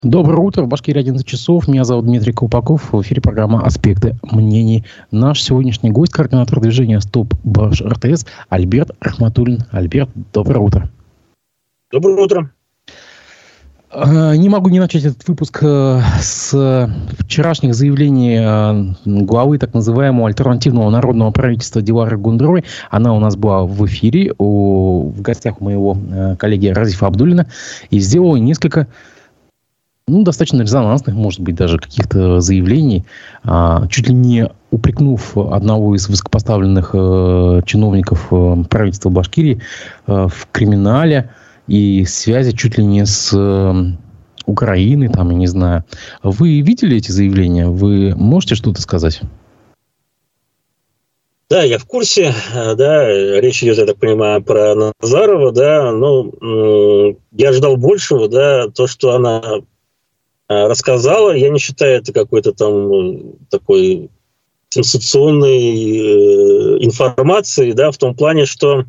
Доброе утро. В Башкирии 11 часов. Меня зовут Дмитрий Колпаков. В эфире программа «Аспекты мнений». Наш сегодняшний гость, координатор движения «Стоп Баш РТС» Альберт Рахматуллин. Альберт, доброе утро. Доброе утро. Не могу не начать этот выпуск с вчерашних заявлений главы так называемого альтернативного народного правительства Дилары Гундровой. Она у нас была в эфире в гостях у моего коллеги Разифа Абдуллина и сделала несколько достаточно резонансных, может быть, даже каких-то заявлений, чуть ли не упрекнув одного из высокопоставленных чиновников правительства Башкирии в криминале и связи чуть ли не с Украиной, там, я не знаю. Вы видели эти заявления? Вы можете что-то сказать? Да, я в курсе, да, речь идет, я так понимаю, про Назарова, да, но я ожидал большего, да, то, что она рассказала, я не считаю это какой-то там такой сенсационной информацией, да, в том плане, что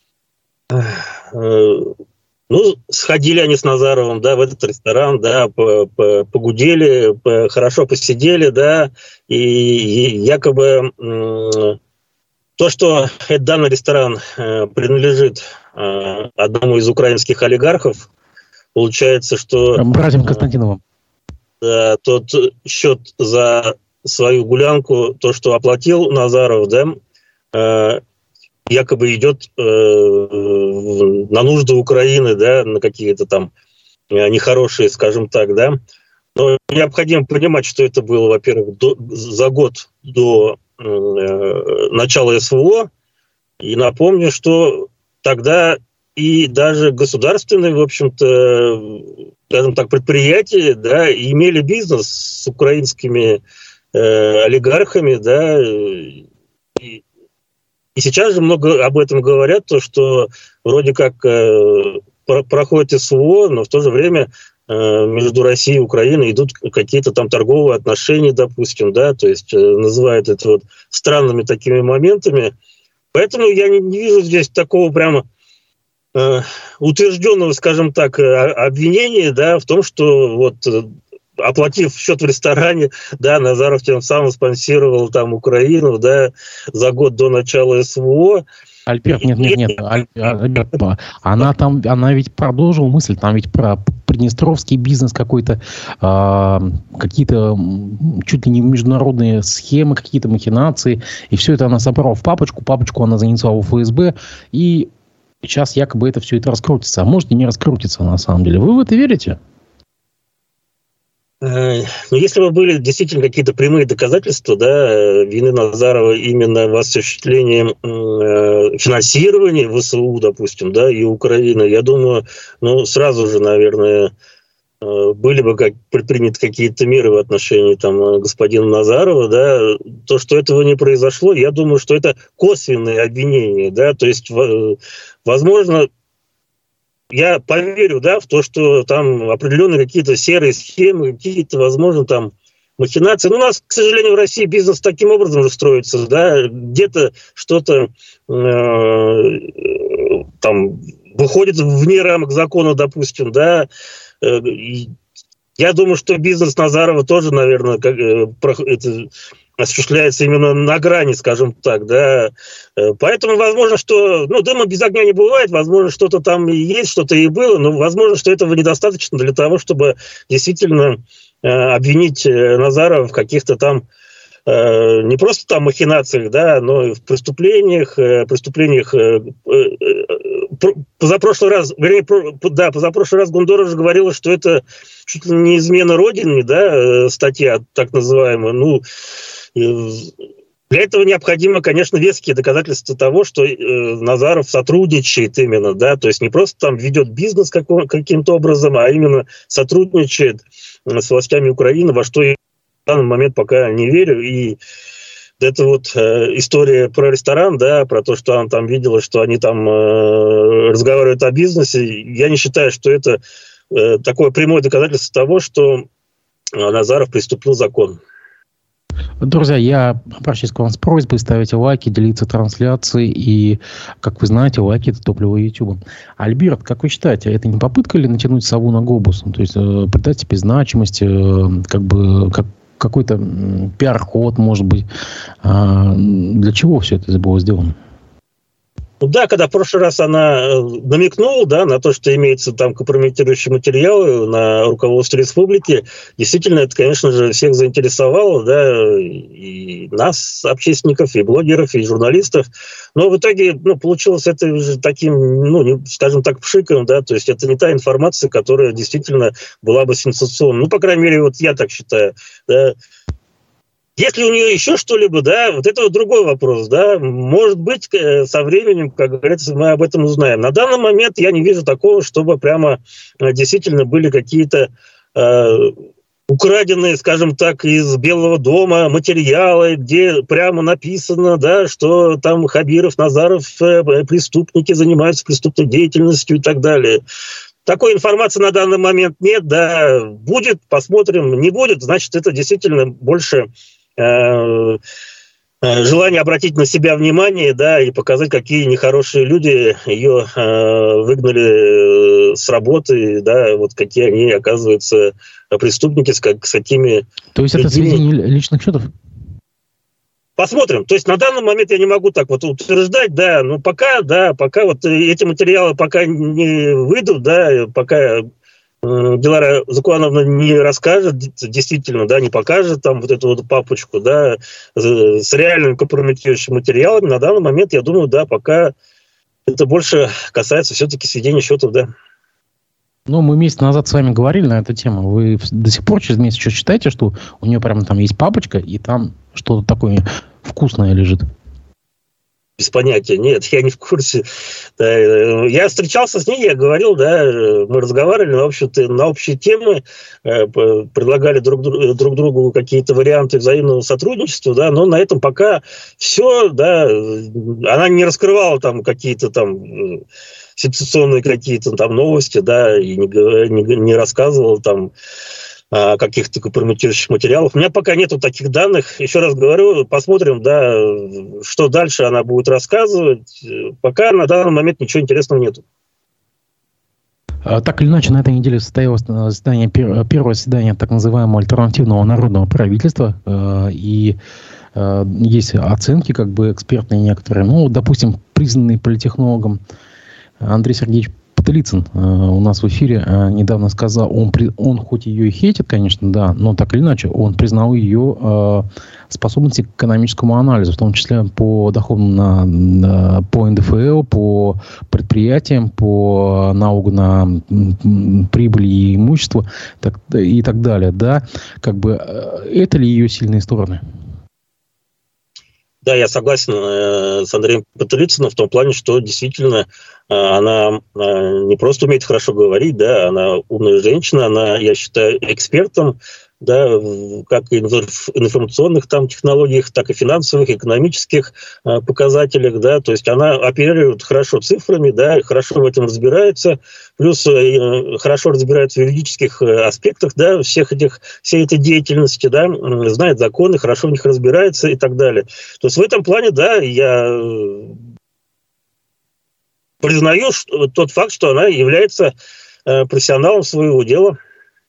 сходили они с Назаровым, да, в этот ресторан, да, погудели, хорошо посидели, да, и якобы то, что данный ресторан принадлежит одному из украинских олигархов, получается, что... Братьям Константиновым. Тот счет за свою гулянку, то, что оплатил Назаров, да, якобы идет на нужды Украины, да, на какие-то там нехорошие, скажем так, да. Но необходимо понимать, что это было, во-первых, за год до начала СВО. И напомню, что тогда и даже государственные, в общем-то, скажем так, предприятия, да, имели бизнес с украинскими олигархами, да, и сейчас же много об этом говорят, то, что вроде как проходит СВО, но в то же время между Россией и Украиной идут какие-то там торговые отношения, допустим, да, то есть называют это вот странными такими моментами. Поэтому я не вижу здесь такого прямо утвержденного, скажем так, обвинения, да, в том, что вот оплатив счет в ресторане, да, Назаров тем самым спонсировал там Украину, да, за год до начала СВО. Альберт, нет. Альберт, она ведь продолжила мысль, там ведь про приднестровский бизнес какой-то, какие-то чуть ли не международные схемы, какие-то махинации, и все это она собрала в папочку она занесла в ФСБ, и сейчас якобы это все это раскрутится, а может и не раскрутится на самом деле. Вы в это верите? Ну, если бы были действительно какие-то прямые доказательства, да, вины Назарова именно в осуществлении финансирования ВСУ, допустим, да, и Украины, я думаю, сразу же, наверное, были бы предприняты какие-то меры в отношении там господина Назарова, да. То, что этого не произошло, я думаю, что это косвенные обвинения, да, то есть, возможно, я поверю, да, в то, что там определенные какие-то серые схемы, какие-то, возможно, там махинации. У нас, к сожалению, в России бизнес таким образом же строится, да, где-то что-то там выходит вне рамок закона, допустим, да. Я думаю, что бизнес Назарова тоже, наверное, осуществляется именно на грани, скажем так, да. Поэтому, возможно, что, дыма без огня не бывает, возможно, что-то там и есть, что-то и было, но, возможно, что этого недостаточно для того, чтобы действительно обвинить Назарова в каких-то там не просто там махинациях, да, но и в преступлениях позапрошлый раз Гундоров же говорила, что это чуть ли не измена Родине, да, статья так называемая. Для этого необходимо, конечно, веские доказательства того, что Назаров сотрудничает именно, да, то есть не просто там ведет бизнес каким-то образом, а именно сотрудничает с властями Украины, во что я в данный момент пока не верю. И это вот история про ресторан, да, про то, что она там видела, что они там разговаривают о бизнесе. Я не считаю, что это такое прямое доказательство того, что Назаров приступил закон. Друзья, я обращаюсь к вам с просьбой ставить лайки, делиться трансляцией. И, как вы знаете, лайки – это топливо YouTube. Альберт, как вы считаете, это не попытка ли натянуть сову на глобус? То есть придать себе значимость, какой-то пиар-ход, может быть. Для чего все это было сделано? Ну да, когда в прошлый раз она намекнула, да, на то, что имеется там компрометирующие материалы на руководство республики, действительно, это, конечно же, всех заинтересовало, да, и нас, общественников, и блогеров, и журналистов. Но в итоге, получилось это уже таким, скажем так, пшиком, да, то есть это не та информация, которая действительно была бы сенсационной. По крайней мере, вот я так считаю, да. Если у нее еще что-либо, да, вот это вот другой вопрос, да, может быть, со временем, как говорится, мы об этом узнаем. На данный момент я не вижу такого, чтобы прямо действительно были какие-то украденные, скажем так, из Белого дома материалы, где прямо написано, да, что там Хабиров, Назаров, преступники, занимаются преступной деятельностью и так далее. Такой информации на данный момент нет, да, будет, посмотрим, не будет, значит, это действительно больше желание обратить на себя внимание, да, и показать, какие нехорошие люди ее выгнали с работы, да, вот какие они, оказываются, преступники, с какими... То есть это сведения личных счетов? Посмотрим. То есть на данный момент я не могу так вот утверждать, да, но пока вот эти материалы пока не выйдут, да, пока Дилара Закуановна не расскажет, действительно, да, не покажет там вот эту вот папочку, да, с реальными компрометирующими материалами, на данный момент, я думаю, да, пока это больше касается все-таки сведения счетов, да. Мы месяц назад с вами говорили на эту тему. Вы до сих пор через месяц что считаете, что у нее прямо там есть папочка, и там что-то такое вкусное лежит? Без понятия, нет, я не в курсе. Да, я встречался с ней, я говорил, да, мы разговаривали, в общем-то, на общие темы, предлагали друг другу какие-то варианты взаимного сотрудничества, да, но на этом пока все, да, она не раскрывала там какие-то там сенсационные какие-то там новости, да, и не рассказывала там о каких-то компрометирующих материалах. У меня пока нету таких данных. Еще раз говорю, посмотрим, да, что дальше она будет рассказывать. Пока на данный момент ничего интересного нету. Так или иначе, на этой неделе состоялось первое заседание так называемого альтернативного народного правительства. И есть оценки, как бы экспертные некоторые. Допустим, признанный политтехнологом Андрей Сергеевич Потылицын у нас в эфире недавно сказал, он хоть ее и хейтит, конечно, да, но так или иначе, он признал ее способности к экономическому анализу, в том числе по доходам по НДФЛ, по предприятиям, по налогу на прибыль и имущество и так далее, да, как бы это ли ее сильные стороны? Да, я согласен с Андреем Потылицыным в том плане, что действительно она не просто умеет хорошо говорить, да, она умная женщина, она, я считаю, экспертом, да, как и в информационных там технологиях, так и финансовых, экономических показателях, да, то есть она оперирует хорошо цифрами, да, хорошо в этом разбирается, плюс хорошо разбирается в юридических аспектах, да, всей этой деятельности, да, знает законы, хорошо в них разбирается и так далее. То есть в этом плане, да, я признаю тот факт, что она является профессионалом своего дела.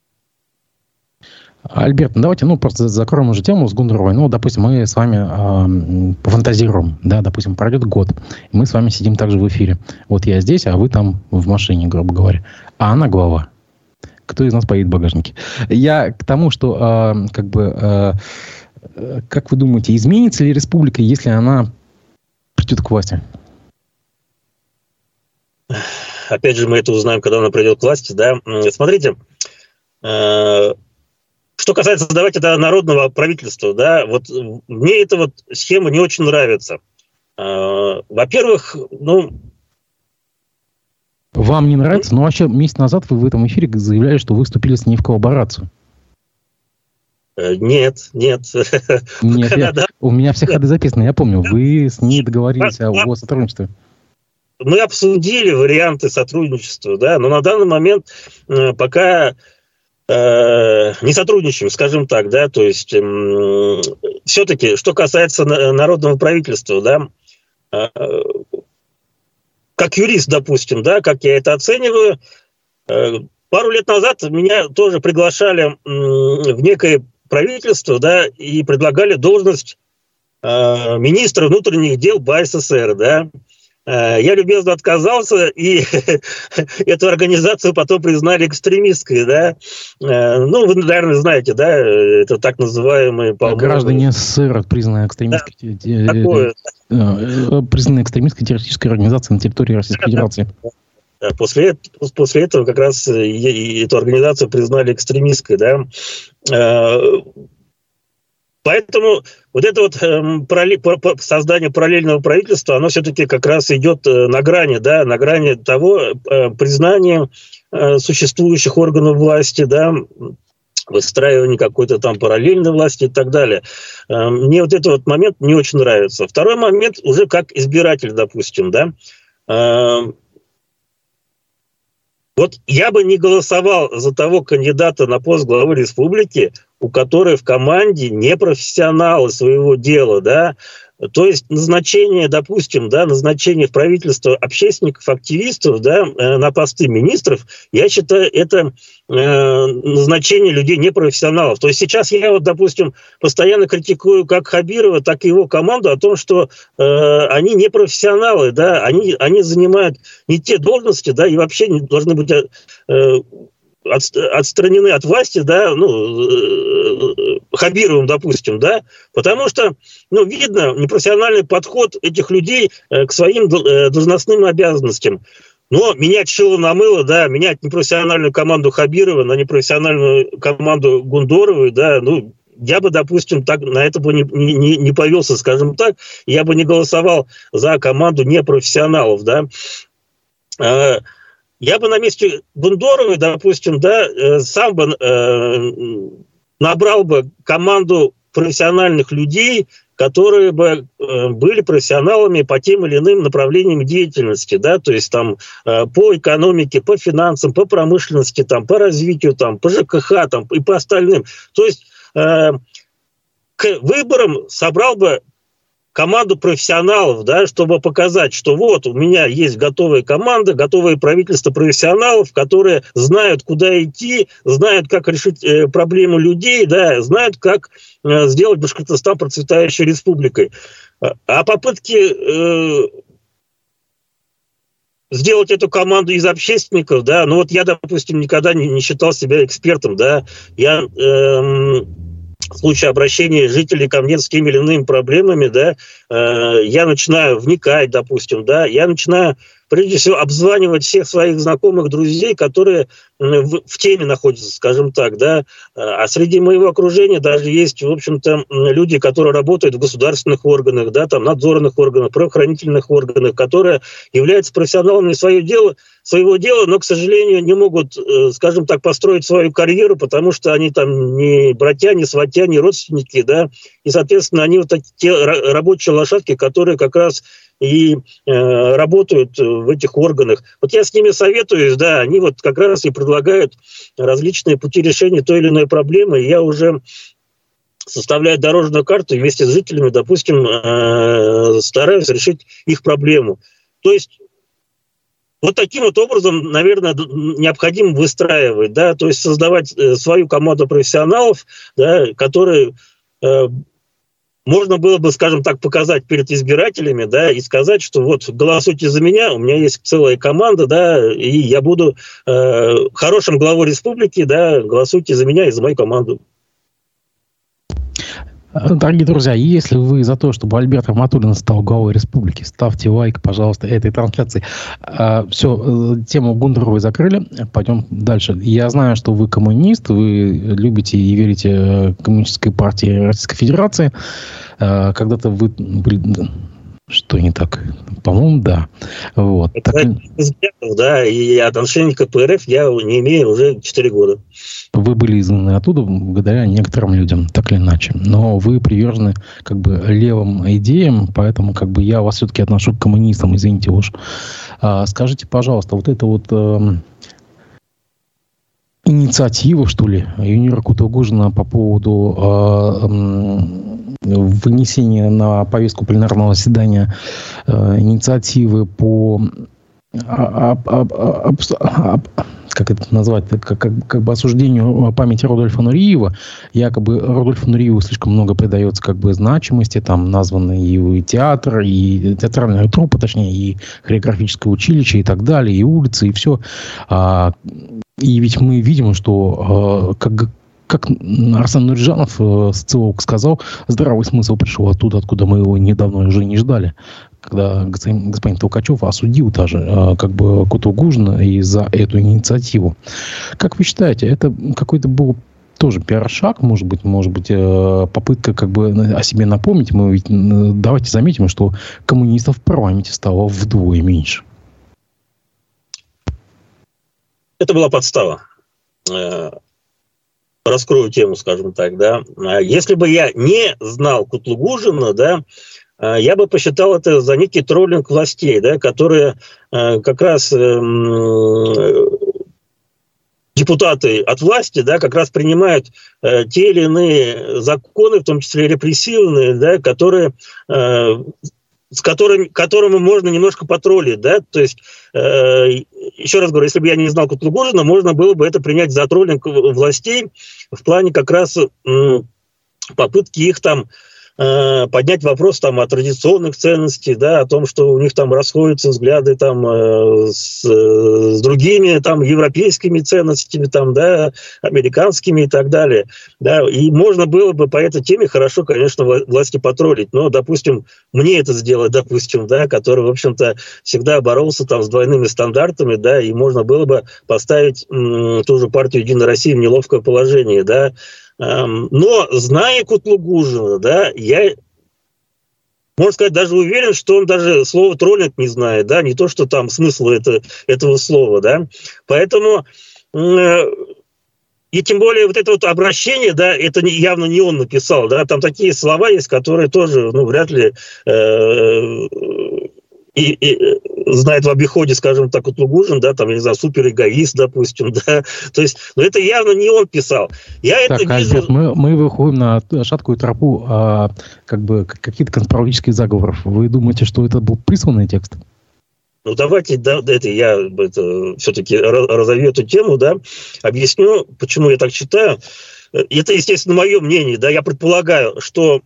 Альберт, давайте, просто закроем уже тему с Гундуровой. Допустим, мы с вами пофантазируем, да, допустим, пройдет год, и мы с вами сидим также в эфире. Вот я здесь, а вы там в машине, грубо говоря. А она глава. Кто из нас поедет в багажнике? Я к тому, что, как вы думаете, изменится ли республика, если она придет к власти? Опять же, мы это узнаем, когда она придет к власти, да. Смотрите, что касается, давайте, народного правительства, да, вот мне эта вот схема не очень нравится. Во-первых, Вам не нравится? Но вообще месяц назад вы в этом эфире заявляли, что вы вступили с ней в коллаборацию. Нет. У меня все ходы записаны, я помню. Вы с ней договорились о сотрудничестве. Мы обсудили варианты сотрудничества, да, но на данный момент пока не сотрудничаем, скажем так, да, то есть все-таки, что касается народного правительства, да, как юрист, допустим, да, как я это оцениваю, пару лет назад меня тоже приглашали в некое правительство, да, и предлагали должность министра внутренних дел БССР, да. Я любезно отказался, и эту организацию потом признали экстремистской, да. Ну, вы, наверное, знаете, да, это так называемые... Граждане СССР признаны экстремистской, признаны экстремистской террористической организацией на территории Российской Федерации. После этого как раз эту организацию признали экстремистской, да. Поэтому вот это вот создание параллельного правительства, оно все-таки как раз идет на грани, да, на грани того признания существующих органов власти, да, выстраивание какой-то там параллельной власти и так далее. Мне вот этот вот момент не очень нравится. Второй момент уже как избиратель, допустим, да. Вот я бы не голосовал за того кандидата на пост главы республики, у которой в команде не профессионалы своего дела, да. То есть назначение, допустим, да, назначение в правительство общественников, активистов, да, на посты министров, я считаю, это назначение людей непрофессионалов. То есть сейчас я вот, допустим, постоянно критикую как Хабирова, так и его команду о том, что они не профессионалы, да, они занимают не те должности, да, и вообще не должны быть отстранены от власти, да, ну, Хабировым, допустим, да, потому что, ну, видно непрофессиональный подход этих людей к своим должностным обязанностям. Но менять шило на мыло, да, менять непрофессиональную команду Хабирова на непрофессиональную команду Гундоровой, да, ну, я бы, допустим, так, на это бы не повелся, скажем так, я бы не голосовал за команду непрофессионалов, да. Я бы на месте Гундоровой, допустим, да, сам бы набрал бы команду профессиональных людей, которые бы были профессионалами по тем или иным направлениям деятельности, да, то есть там по экономике, по финансам, по промышленности, там, по развитию, там, по ЖКХ, там, и по остальным. То есть к выборам собрал бы команду профессионалов, да, чтобы показать, что вот у меня есть готовая команда, готовое правительство профессионалов, которые знают, куда идти, знают, как решить проблемы людей, да, знают, как сделать Башкортостан процветающей республикой. А попытки сделать эту команду из общественников, да, ну вот я, допустим, никогда не считал себя экспертом, да, я... в случае обращения жителей ко мне с теми или иными проблемами, да, я начинаю вникать, допустим, да, я начинаю, прежде всего, обзванивать всех своих знакомых, друзей, которые в теме находятся, скажем так, да, а среди моего окружения даже есть, в общем-то, люди, которые работают в государственных органах, да, там, надзорных органах, правоохранительных органах, которые являются профессионалами своего дела, но, к сожалению, не могут, скажем так, построить свою карьеру, потому что они там не братья, не сватья, не родственники, да, и, соответственно, они вот те рабочие лошадки, которые как раз и работают в этих органах. Вот я с ними советуюсь, да, они вот как раз и предлагают различные пути решения той или иной проблемы, и я уже составляю дорожную карту и вместе с жителями, допустим, стараюсь решить их проблему. То есть вот таким вот образом, наверное, необходимо выстраивать, да, то есть создавать свою команду профессионалов, да, которые можно было бы, скажем так, показать перед избирателями, да, и сказать, что вот голосуйте за меня, у меня есть целая команда, да, и я буду хорошим главой республики, да, голосуйте за меня и за мою команду. Дорогие друзья, если вы за то, чтобы Альберт Рахматуллин стал главой республики, ставьте лайк, пожалуйста, этой трансляции. Все, тему Гундоровой закрыли, пойдем дальше. Я знаю, что вы коммунист, вы любите и верите Коммунистической партии Российской Федерации. Когда-то вы были... Что не так? По-моему, да. Вот. Да, и отношение к КПРФ я не имею уже 4 года. Вы были изгнаны оттуда благодаря некоторым людям, так или иначе. Но вы привержены как бы левым идеям, поэтому как бы я вас все-таки отношу к коммунистам, извините уж. Скажите, пожалуйста, вот это вот... инициатива, что ли, юниора Кутугужина по поводу вынесения на повестку пленарного заседания инициативы по как это назвать, как бы осуждению памяти Рудольфа Нуриева. Якобы Рудольфу Нуриеву слишком много придается как бы значимости, там названы и театр, и театральная труппа, точнее, и хореографическое училище, и так далее, и улицы, и все. И ведь мы видим, что как Арсен Нуриджанов, социолог, сказал, здравый смысл пришел оттуда, откуда мы его недавно уже не ждали. Когда господин Толкачев осудил даже как бы Кутугужина и за эту инициативу. Как вы считаете, это какой-то был тоже пиар-шаг, может быть, попытка как бы о себе напомнить? Мы ведь, давайте заметим, что коммунистов в парламенте стало вдвое меньше. Это была подстава. Раскрою тему, скажем так, да. Если бы я не знал Кутлугужина, да, я бы посчитал это за некий троллинг властей, да, которые как раз депутаты от власти, да, как раз принимают те или иные законы, в том числе репрессивные, да, которые, которыми можно немножко потроллить, да, то есть, еще раз говорю, если бы я не знал Кутлугужина, можно было бы это принять за троллинг властей в плане как раз попытки их там поднять вопрос там о традиционных ценностях, да, о том, что у них там расходятся взгляды там с другими там европейскими ценностями, там, да, американскими и так далее, да, и можно было бы по этой теме хорошо, конечно, власти потроллить, но, допустим, мне это сделать, допустим, да, который, в общем-то, всегда боролся там с двойными стандартами, да, и можно было бы поставить ту же партию «Единая Россия» в неловкое положение, да. Но, зная Кутлугужина, да, я, можно сказать, даже уверен, что он даже слово «троллинг» не знает, да, не то, что там смысл этого слова, да. Поэтому, и тем более вот это вот обращение, да, это явно не он написал, да, там такие слова есть, которые тоже, ну, вряд ли знает в обиходе, скажем так, Кутлугужин, да, там, я не знаю, суперэгоист, допустим, да, то есть, но это явно не он писал. Я так, это вижу... Альберт, мы выходим на шаткую тропу, как бы, какие-то конспирологические заговоры. Вы думаете, что это был присланный текст? Ну, давайте, да, я все-таки разовью эту тему, да, объясню, почему я так считаю. Это, естественно, мое мнение, да, я предполагаю, что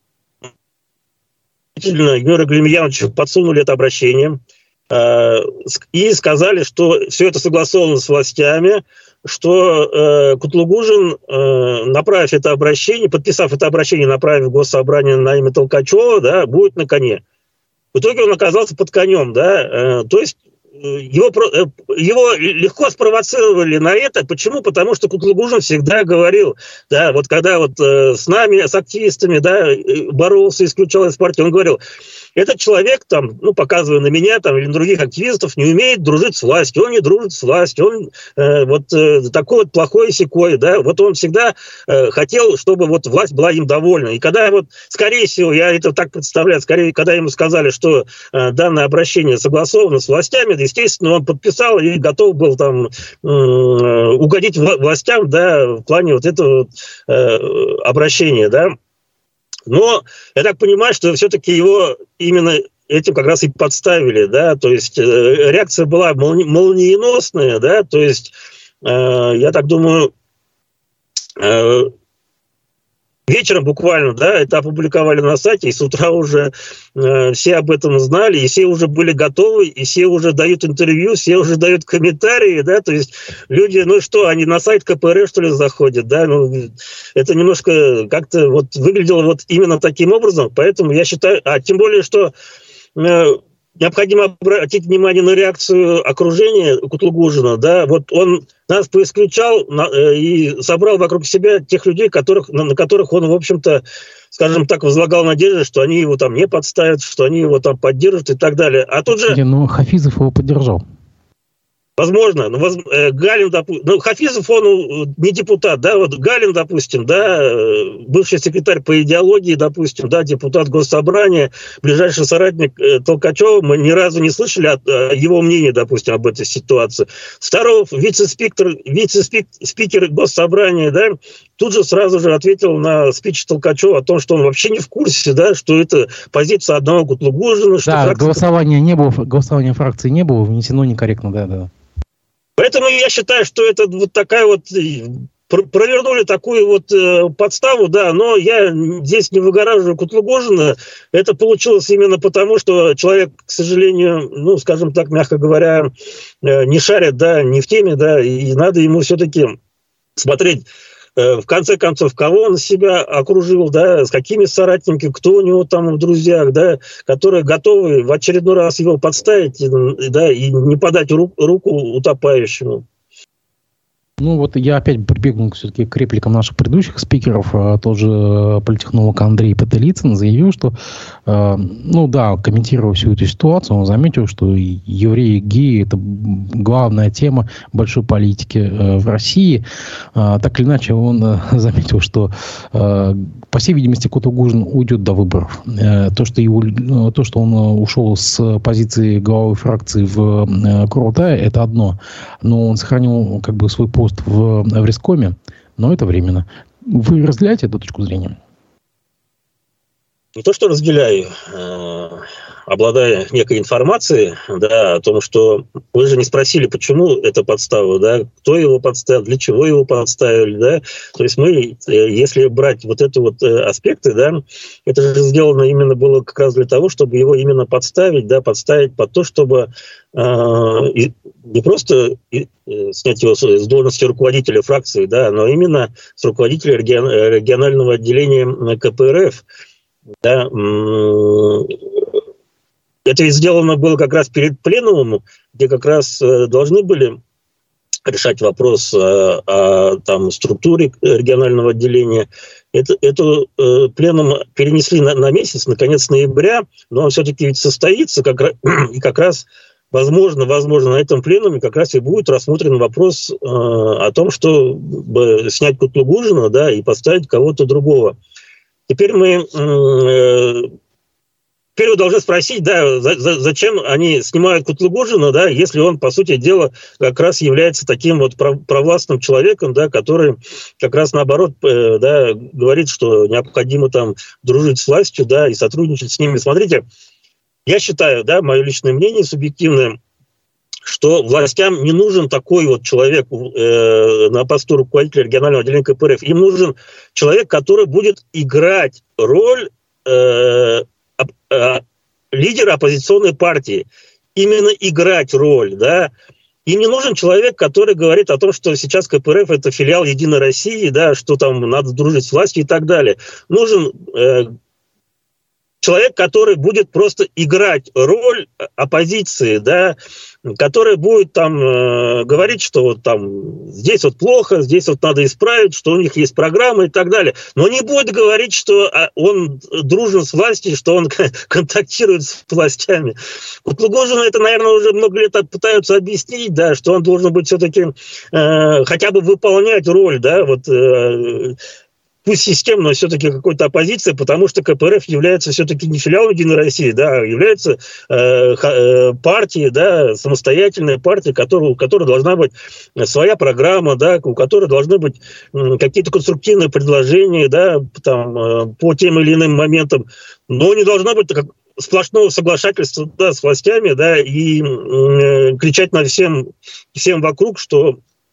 Юрию Галимьяновичу подсунули это обращение и сказали, что все это согласовано с властями, что Кутлугужин, направив это обращение, подписав это обращение, направив в Госсобрание на имя Толкачева, да, будет на коне. В итоге он оказался под конем, да, то есть его легко спровоцировали на это. Почему? Потому что Кутлугужин всегда говорил, да, вот когда вот с нами, с активистами, да, боролся, исключал из партии, он говорил, этот человек, там, ну, показывая на меня там, или на других активистов, не умеет дружить с властью, он не дружит с властью, он такой вот плохой сякой, да, вот он всегда хотел, чтобы вот власть была им довольна. И когда вот, скорее всего, я это так представляю, скорее, когда ему сказали, что данное обращение согласовано с властями, естественно, он подписал и готов был там угодить властям, да, в плане вот этого обращения, да. Но я так понимаю, что все-таки его именно этим как раз и подставили, да, то есть реакция была молниеносная, да, то есть я так думаю, вечером буквально, да, это опубликовали на сайте, и с утра уже все об этом знали, и все уже были готовы, и все уже дают интервью, все уже дают комментарии, да, то есть люди, ну что, они на сайт КПРФ, что ли, заходят, да, ну, это немножко как-то вот выглядело вот именно таким образом, поэтому я считаю, тем более, что необходимо обратить внимание на реакцию окружения Кутлугужина, да, вот он нас поисключал и собрал вокруг себя тех людей, на которых он, в общем-то, скажем так, возлагал надежды, что они его там не подставят, что они его там поддержат и так далее. А тут же... Но Хафизов его поддержал. Возможно, но Галин, допустим, Хафизов, он не депутат, да, вот Галин, допустим, да, бывший секретарь по идеологии, допустим, да, депутат Госсобрания, ближайший соратник Толкачева, мы ни разу не слышали его мнения, допустим, об этой ситуации. Старов, вице-спикер Госсобрания, да, тут же сразу же ответил на спич Толкачева о том, что он вообще не в курсе, да, что это позиция одного Кутлугужина. Да, голосования фракции не было, внесено некорректно, да. Поэтому я считаю, что это вот такая вот... Провернули такую вот подставу, да, но я здесь не выгораживаю Кутлугужина. Это получилось именно потому, что человек, к сожалению, ну, скажем так, мягко говоря, не шарит, да, не в теме, да, и надо ему все-таки смотреть, в конце концов, кого он себя окружил, да, с какими соратниками, кто у него там в друзьях, да, которые готовы в очередной раз его подставить, да, и не подать руку утопающему. Ну вот я опять прибегну все-таки к репликам наших предыдущих спикеров. Тот же политтехнолог Андрей Потылицын заявил, что, комментируя всю эту ситуацию, он заметил, что евреи и геи – это главная тема большой политики в России. Так или иначе, он заметил, что, по всей видимости, Кутлугужин уйдет до выборов. То, что он ушел с позиции главы фракции в Курултае, это одно. Но он сохранил как бы свой пост в Рискоме, но это временно. Вы разделяете эту точку зрения? Не то, что разделяю, обладая некой информацией, да, о том, что вы же не спросили, почему это подстава, да, кто его подставил, для чего его подставили, да. То есть мы, если брать вот эти вот аспекты, да, это же сделано именно было как раз для того, чтобы его именно подставить, да, подставить под то, чтобы не просто снять его с должности руководителя фракции, да, но именно с руководителя регионального отделения КПРФ. Да, это ведь сделано было как раз перед пленумом, где как раз должны были решать вопрос о структуре регионального отделения. Эту пленум перенесли на месяц, на конец ноября, но он все-таки ведь состоится, и как раз возможно, на этом пленуме как раз и будет рассмотрен вопрос о том, чтобы снять Кутлугужина, да, и поставить кого-то другого. Теперь мы должны спросить, да, зачем они снимают Кутлугужина, да, если он, по сути дела, как раз является таким вот провластным человеком, да, который как раз наоборот, да, говорит, что необходимо там дружить с властью, да, и сотрудничать с ними. Смотрите, я считаю, да, мое личное мнение субъективное, что властям не нужен такой вот человек на посту руководителя регионального отделения КПРФ. Им нужен человек, который будет играть роль лидера оппозиционной партии. Именно играть роль, да. Им не нужен человек, который говорит о том, что сейчас КПРФ – это филиал Единой России, да, что там надо дружить с властью и так далее. Нужен человек, который будет просто играть роль оппозиции, да, который будет там говорить, что вот там здесь вот плохо, здесь вот надо исправить, что у них есть программа и так далее. Но не будет говорить, что он дружен с властью, что он контактирует с властями. Кутлугужину это, наверное, уже много лет пытаются объяснить, да, что он должен быть все-таки хотя бы выполнять роль, да, вот пусть системно, но все-таки какой-то оппозиция, потому что КПРФ является все-таки не филиалом Единой России, да, является партией, да, самостоятельной партией, у которой должна быть своя программа, да, у которой должны быть какие-то конструктивные предложения, да, там, по тем или иным моментам, но не должно быть сплошного соглашательства, да, с властями, да, и кричать на всем вокруг, что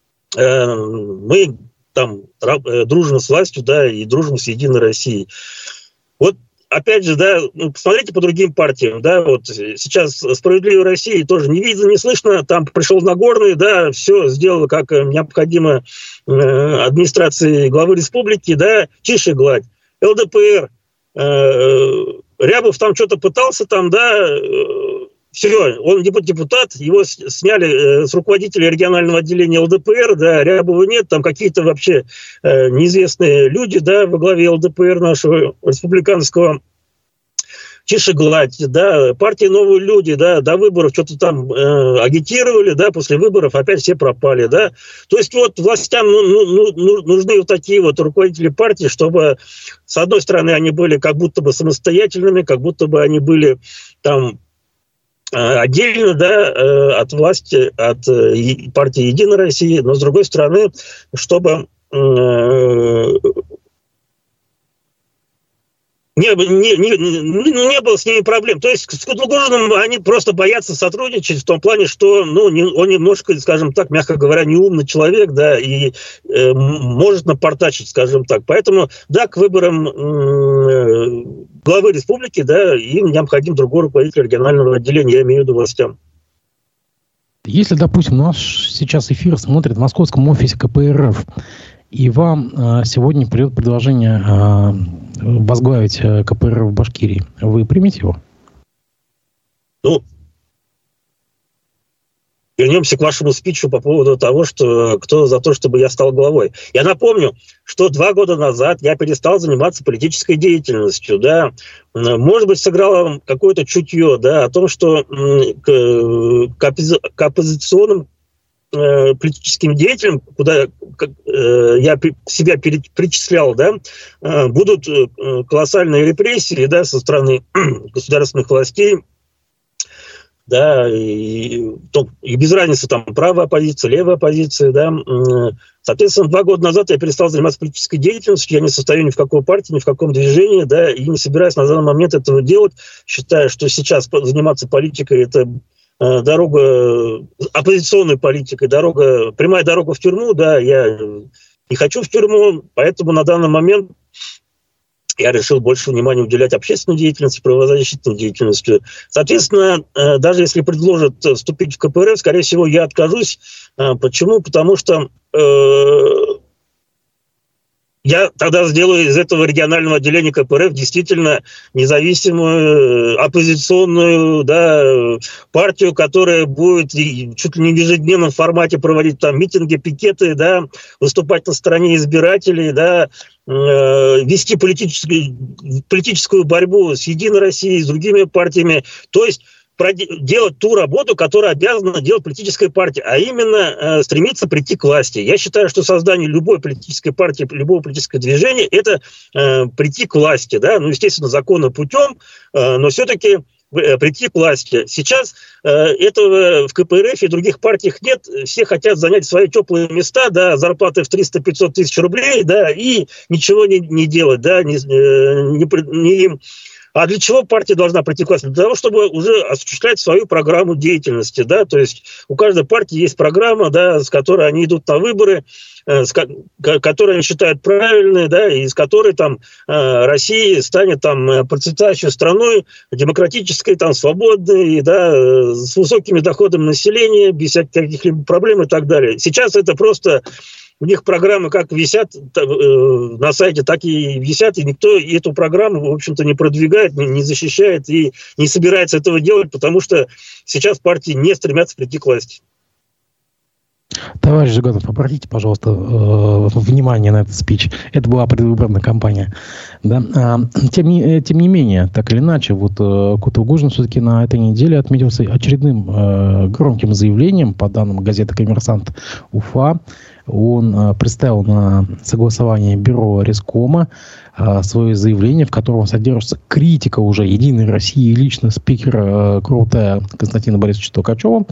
мы там дружим с властью, да, и дружим с Единой Россией. Вот, опять же, да, посмотрите по другим партиям, да, вот сейчас «Справедливая Россия» тоже не видно, не слышно, там пришел Нагорный, да, все сделал как необходимо администрации главы республики, да, тише гладь. ЛДПР, Рябов там что-то пытался, там, да, все, он депутат, его сняли с руководителя регионального отделения ЛДПР, да, Рябова нет, там какие-то вообще неизвестные люди, да, во главе ЛДПР нашего республиканского. тише гладь, да, партии «Новые люди», да, до выборов что-то там агитировали, да, после выборов опять все пропали, да. То есть вот властям нужны вот такие вот руководители партии, чтобы, с одной стороны, они были как будто бы самостоятельными, как будто бы они были там отдельно, да, от власти, от партии «Единая Россия», но, с другой стороны, чтобы не было с ними проблем. То есть с Кутугужиным они просто боятся сотрудничать в том плане, что он немножко, скажем так, мягко говоря, неумный человек, да, и может напортачить, скажем так. Поэтому, да, к выборам главы республики, да, им необходим другой руководитель регионального отделения, я имею в виду властям. Если, допустим, у нас сейчас эфир смотрит в московском офисе КПРФ, и вам сегодня придет предложение возглавить КПРФ в Башкирии, вы примете его? Ну, вернемся к вашему спичу по поводу того, что кто за то, чтобы я стал главой. Я напомню, что 2 года назад я перестал заниматься политической деятельностью, да. Может быть, сыграло какое-то чутье, да, о том, что к оппозиционным политическим деятелям, куда я себя причислял, да, будут колоссальные репрессии, да, со стороны государственных властей, да, и без разницы, там, правая оппозиция, левая оппозиция, да. Соответственно, 2 года назад я перестал заниматься политической деятельностью, я не состою ни в какой партии, ни в каком движении, да, и не собираюсь на данный момент этого делать, считая, что сейчас заниматься политикой – это дорога, оппозиционной политикой, прямая дорога в тюрьму, да, я не хочу в тюрьму, поэтому на данный момент я решил больше внимания уделять общественной деятельности, правозащитной деятельности. Соответственно, даже если предложат вступить в КПРФ, скорее всего, я откажусь. Почему? Потому что я тогда сделаю из этого регионального отделения КПРФ действительно независимую, оппозиционную, да, партию, которая будет чуть ли не в ежедневном формате проводить там митинги, пикеты, да, выступать на стороне избирателей, да, вести политическую борьбу с «Единой Россией», с другими партиями. То есть делать ту работу, которую обязана делать политическая партия, а именно стремиться прийти к власти. Я считаю, что создание любой политической партии, любого политического движения – это прийти к власти, да, ну, естественно, законным путем, но все-таки прийти к власти. Сейчас этого в КПРФ и других партиях нет. Все хотят занять свои теплые места, да, зарплаты в 300-500 тысяч рублей, да, и ничего не делать, да, А для чего партия должна прийти к власти? Для того, чтобы уже осуществлять свою программу деятельности, да, то есть у каждой партии есть программа, да, с которой они идут на выборы, которые они считают правильной, да, и с которой там Россия станет там процветающей страной, демократической, там, свободной, да, с высокими доходами населения, без каких-либо проблем и так далее. Сейчас это просто у них программы как висят на сайте, так и висят, и никто эту программу, в общем-то, не продвигает, не защищает и не собирается этого делать, потому что сейчас партии не стремятся прийти к власти. Товарищ Жиганов, обратите, пожалуйста, внимание на этот спич. Это была предвыборная кампания. Да? Тем не менее, так или иначе, вот Кутугужин все-таки на этой неделе отметился очередным громким заявлением, по данным газеты «Коммерсант Уфа». Он представил на согласование бюро Рескома свое заявление, в котором содержится критика уже «Единой России» лично спикера Крутая Константина Борисовича Толкачева.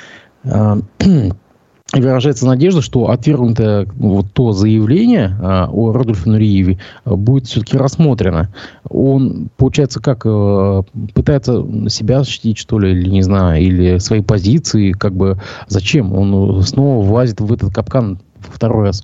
И выражается надежда, что отвергнутое вот то заявление о Рудольфе Нуриеве будет все-таки рассмотрено. Он, получается, как пытается себя защитить, что ли, или не знаю, или свои позиции, как бы зачем? Он снова влазит в этот капкан во второй раз.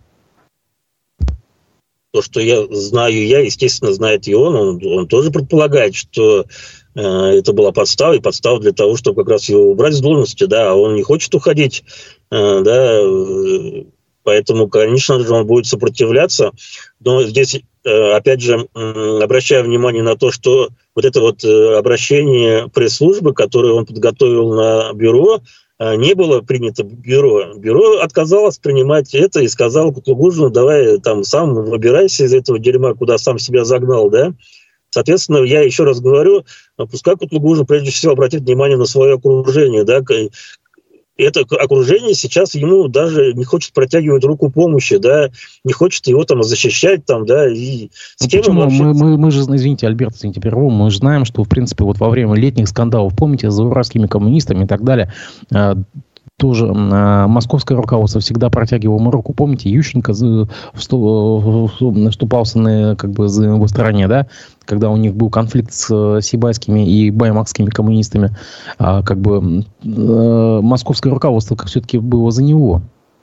То, что я знаю, естественно, знает и он тоже предполагает, что это была подстава для того, чтобы как раз его убрать с должности, да, а он не хочет уходить, да, поэтому, конечно же, он будет сопротивляться, но здесь, опять же, обращаю внимание на то, что вот это вот обращение пресс-службы, которое он подготовил на бюро, не было принято бюро. Бюро отказалось принимать это и сказал Кутугужину: давай там сам выбирайся из этого дерьма, куда сам себя загнал, да. Соответственно, я еще раз говорю, пускай Кутлугужин прежде всего обратит внимание на свое окружение, да, это окружение сейчас ему даже не хочет протягивать руку помощи, да, не хочет его там защищать, там, да, и с кем почему? вообще... Мы же, извините, Альберт, извините, перерву, мы же знаем, что, в принципе, вот во время летних скандалов, помните, с уральскими коммунистами и так далее, тоже московское руководство всегда протягивало ему руку. Помните, Ющенко вступался на, как бы, за его стороне, да, когда у них был конфликт с сибайскими и баймакскими коммунистами, как бы московское руководство как все-таки было за него.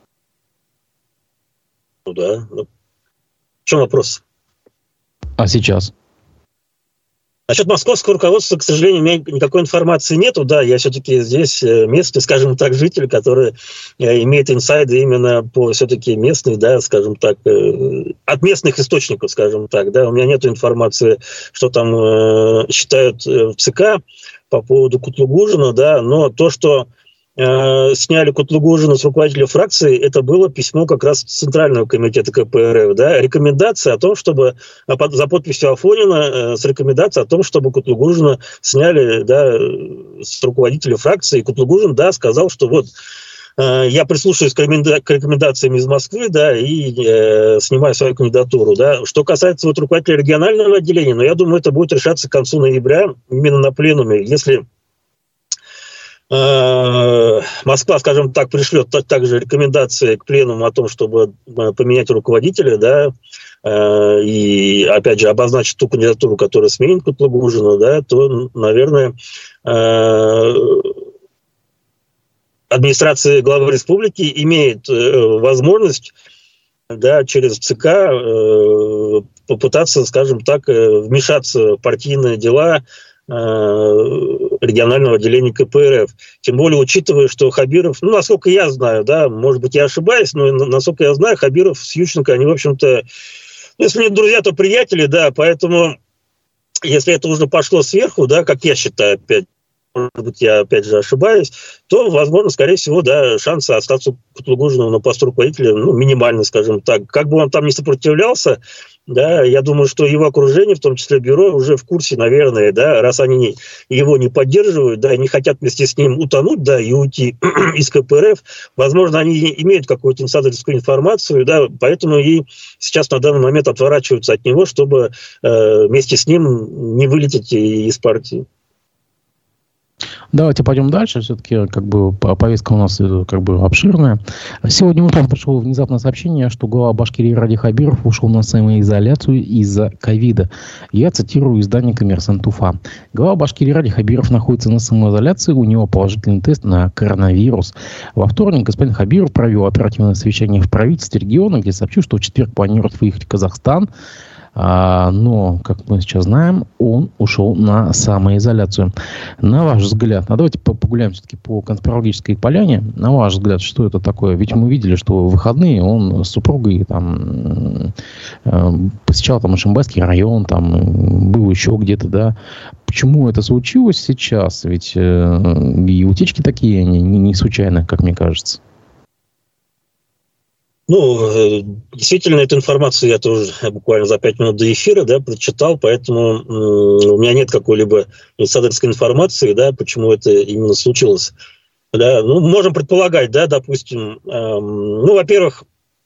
Ну да. В чем вопрос? А сейчас? Насчет московского руководства, к сожалению, у меня никакой информации нету. Да, я все-таки здесь местный, скажем так, житель, который имеет инсайды именно по все-таки местных, да, скажем так, от местных источников, скажем так. Да. У меня нету информации, что там считают в ЦК по поводу Кутлугужина, да, но то, что сняли Кутлугужина с руководителя фракции, это было письмо как раз Центрального комитета КПРФ, да, рекомендация о том, чтобы за подписью Афонина с рекомендацией о том, чтобы Кутлугужина сняли, да, с руководителя фракции. И Кутлугужин, да, сказал, что вот я прислушаюсь к рекомендациям из Москвы, да, и снимаю свою кандидатуру, да. Что касается вот руководителя регионального отделения, но я думаю, это будет решаться к концу ноября именно на пленуме, если Москва, скажем так, пришлет также рекомендации к пленуму о том, чтобы поменять руководителя, да, и, опять же, обозначить ту кандидатуру, которая сменит Кутлугужина, да, то, наверное, администрация главы республики имеет возможность, да, через ЦК попытаться, скажем так, вмешаться в партийные дела регионального отделения КПРФ. Тем более, учитывая, что Хабиров, ну, насколько я знаю, да, может быть, я ошибаюсь, но насколько я знаю, Хабиров с Ющенко, они, в общем-то, если не друзья, то приятели, да, поэтому, если это уже пошло сверху, да, как я считаю, опять, может быть, я, опять же, ошибаюсь, то, возможно, скорее всего, да, шансы остаться Кутлугужину на посту руководителя, ну, минимальны, скажем так. Как бы он там не сопротивлялся, да, я думаю, что его окружение, в том числе бюро, уже в курсе, наверное, да, раз они его не поддерживают, да, не хотят вместе с ним утонуть, да, и уйти из КПРФ, возможно, они имеют какую-то инсайдерскую информацию, да, поэтому и сейчас на данный момент отворачиваются от него, чтобы вместе с ним не вылететь из партии. Давайте пойдем дальше. Все-таки как бы повестка у нас как бы обширная. Сегодня утром пришло внезапное сообщение, что глава Башкирии Ради Хабиров ушел на самоизоляцию из-за ковида. Я цитирую издание «Коммерсант Уфа». Глава Башкирии Ради Хабиров находится на самоизоляции. У него положительный тест на коронавирус. Во вторник господин Хабиров провел оперативное совещание в правительстве региона, где сообщил, что в четверг планирует выехать в Казахстан. Но, как мы сейчас знаем, он ушел на самоизоляцию. На ваш взгляд, давайте погуляем все-таки по конспирологической поляне. На ваш взгляд, что это такое? Ведь мы видели, что в выходные он с супругой там посещал там Ишимбайский район, там был еще где-то, да. Почему это случилось сейчас? Ведь и утечки такие не случайно, как мне кажется. Ну, действительно, эту информацию я тоже буквально за 5 минут до эфира, да, прочитал, поэтому у меня нет какой-либо инсайдерской информации, да, почему это именно случилось. Да, ну, можем предполагать, да, допустим, ну, во-первых,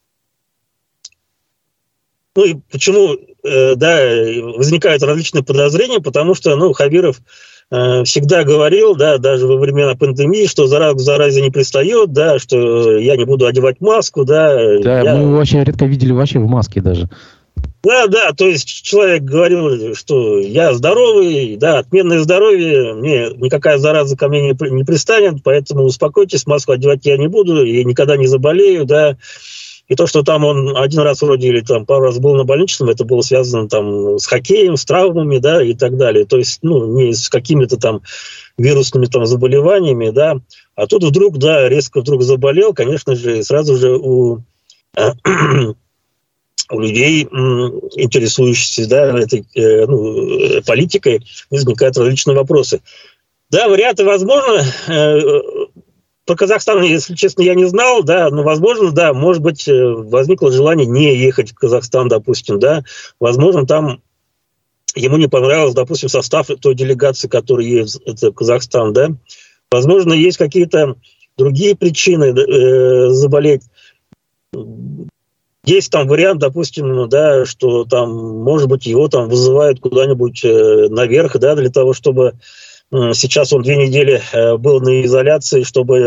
ну, и почему, да, возникают различные подозрения, потому что, ну, Хабиров всегда говорил, да, даже во времена пандемии, что зараза к заразе не пристает, да, что я не буду одевать маску, да. Да, мы вообще редко видели вообще в маске даже. Да, то есть человек говорил, что я здоровый, да, отменное здоровье, мне никакая зараза ко мне не пристанет, поэтому успокойтесь, маску одевать я не буду, и никогда не заболею, да. И то, что там он один раз вроде или там пару раз был на больничном, это было связано там с хоккеем, с травмами, да, и так далее. То есть, ну, не с какими-то там вирусными там заболеваниями, да. А тут вдруг, да, резко вдруг заболел, конечно же, сразу же у людей, интересующихся, да, этой политикой, возникают различные вопросы. Да, варианты возможны. По Казахстану, если честно, я не знал, да, но, возможно, да, может быть, возникло желание не ехать в Казахстан, допустим, да, возможно, там ему не понравился, допустим, состав той делегации, которая есть, это Казахстан, да. Возможно, есть какие-то другие причины заболеть. Есть там вариант, допустим, да, что там, может быть, его там вызывают куда-нибудь наверх, да, для того, чтобы сейчас он 2 недели был на изоляции, чтобы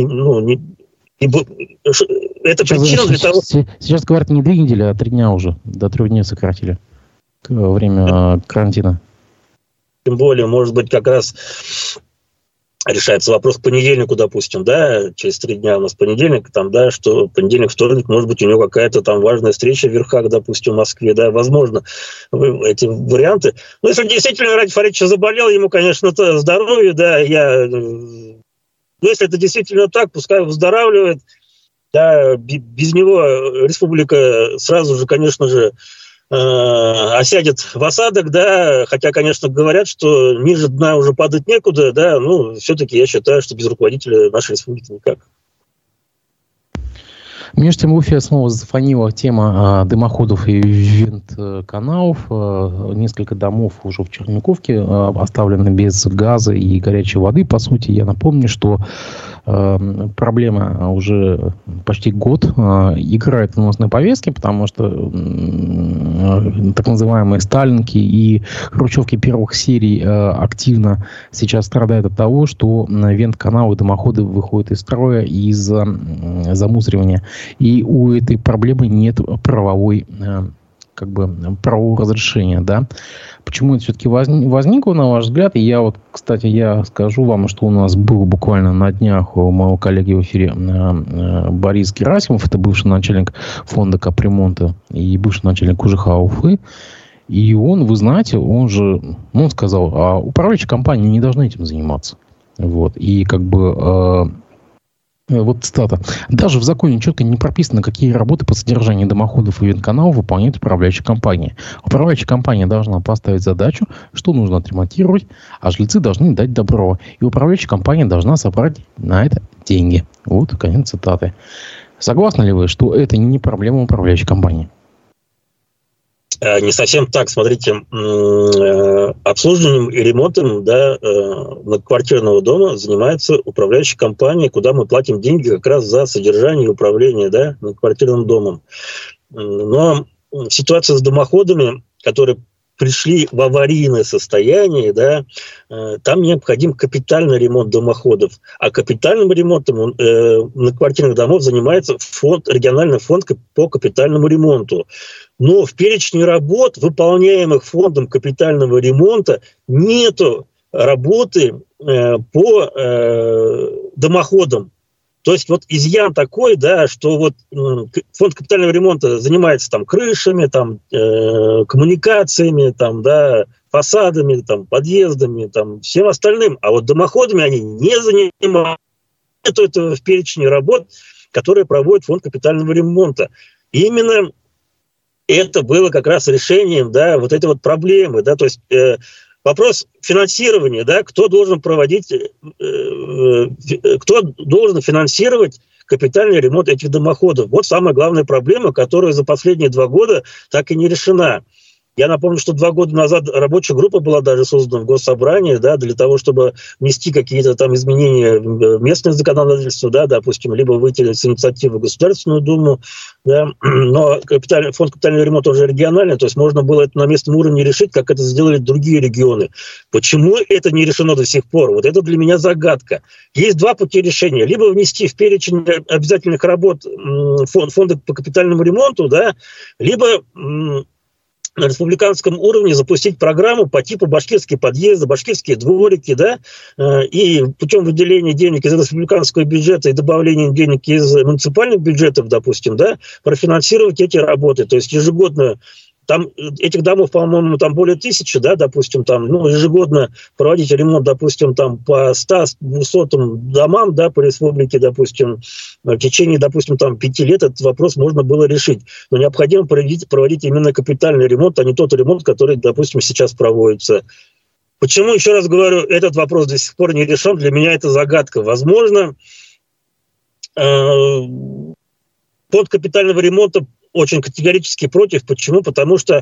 это причина для того... Сейчас говорят не 2 недели, а 3 дня уже. До 3 дней сократили время карантина. Тем более, может быть, как раз решается вопрос к понедельнику, допустим, да, через 3 дня у нас понедельник, там, да, что понедельник, вторник, может быть, у него какая-то там важная встреча в Верхах, допустим, в Москве, да, возможно, эти варианты. Но если действительно Радий Фаридович заболел, ему, конечно, то здоровье, да, но если это действительно так, пускай выздоравливает, да, без него республика сразу же, конечно же, осядет в осадок, да, хотя, конечно, говорят, что ниже дна уже падать некуда, да, ну, все-таки я считаю, что без руководителя нашей республики никак. Между тем в Уфе снова зафонила тема дымоходов и вент-каналов. Несколько домов уже в Черниковке оставлены без газа и горячей воды. По сути, я напомню, что проблема уже почти год играет в новостной повестке, потому что так называемые сталинки и хрущевки первых серий активно сейчас страдают от того, что вент-каналы и дымоходы выходят из строя из-за замусоривания. И у этой проблемы нет правового разрешения, да. Почему это все-таки возникло, на ваш взгляд? И я кстати, я скажу вам, что у нас был буквально на днях у моего коллеги в эфире Борис Герасимов, это бывший начальник фонда капремонта и бывший начальник УЖХ Уфы. И вы знаете, он сказал, а управляющие компании не должны этим заниматься. Вот. И вот цитата. Даже в законе четко не прописано, какие работы по содержанию дымоходов и вент-каналов выполняет управляющая компания. Управляющая компания должна поставить задачу, что нужно отремонтировать, а жильцы должны дать добро. И управляющая компания должна собрать на это деньги. Вот конец цитаты. Согласны ли вы, что это не проблема управляющей компании? Не совсем так. Смотрите, обслуживанием и ремонтом, да, многоквартирного дома занимается управляющая компания, куда мы платим деньги как раз за содержание и управление, да, многоквартирным домом. Но ситуация с дымоходами, которые пришли в аварийное состояние, да, там необходим капитальный ремонт дымоходов. А капитальным ремонтом многоквартирных домов занимается региональный фонд по капитальному ремонту. Но в перечне работ, выполняемых фондом капитального ремонта, нету работы по дымоходам. То есть вот изъян такой, да, что вот фонд капитального ремонта занимается там крышами, там коммуникациями, там, да, фасадами, там, подъездами, там, всем остальным. А вот дымоходами они не занимаются. Это в перечне работ, которые проводит фонд капитального ремонта. И именно это было как раз решением, да, вот этой вот проблемы, да, то есть вопрос финансирования, да, кто должен финансировать капитальный ремонт этих дымоходов. Вот самая главная проблема, которая за последние 2 года так и не решена. Я напомню, что 2 года назад рабочая группа была даже создана в Госсобрании, да, для того, чтобы внести какие-то там изменения в местное законодательство, да, допустим, либо выйти с инициативы в Государственную Думу, да, но фонд капитального ремонта уже региональный, то есть можно было это на местном уровне решить, как это сделали другие регионы. Почему это не решено до сих пор? Вот это для меня загадка. Есть 2 пути решения. Либо внести в перечень обязательных работ фонда по капитальному ремонту, да, либо на республиканском уровне запустить программу по типу башкирские подъезды, башкирские дворики, да, и путем выделения денег из республиканского бюджета и добавления денег из муниципальных бюджетов, допустим, да, профинансировать эти работы. То есть ежегодно, там этих домов, по-моему, там более 1000, да, допустим, там, ежегодно проводить ремонт, допустим, там по 100-200 домам, да, по республике, допустим, в течение, допустим, там 5 лет этот вопрос можно было решить. Но необходимо проводить именно капитальный ремонт, а не тот ремонт, который, допустим, сейчас проводится. Почему, еще раз говорю, этот вопрос до сих пор не решен? Для меня это загадка. Возможно, фонд капитального ремонта очень категорически против. Почему? Потому что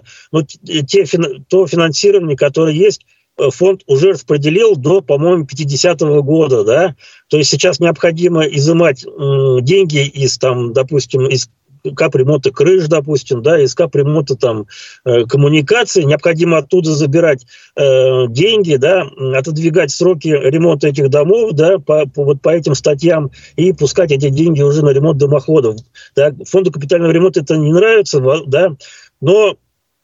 то финансирование, которое есть, фонд уже распределил до, по-моему, 50-го года, да, то есть сейчас необходимо изымать деньги из, там, допустим, из капремонта крыш, допустим, да, из капремонта там коммуникаций, необходимо оттуда забирать деньги, да, отодвигать сроки ремонта этих домов, да, вот по этим статьям и пускать эти деньги уже на ремонт дымоходов. Да. Фонду капитального ремонта это не нравится, да, но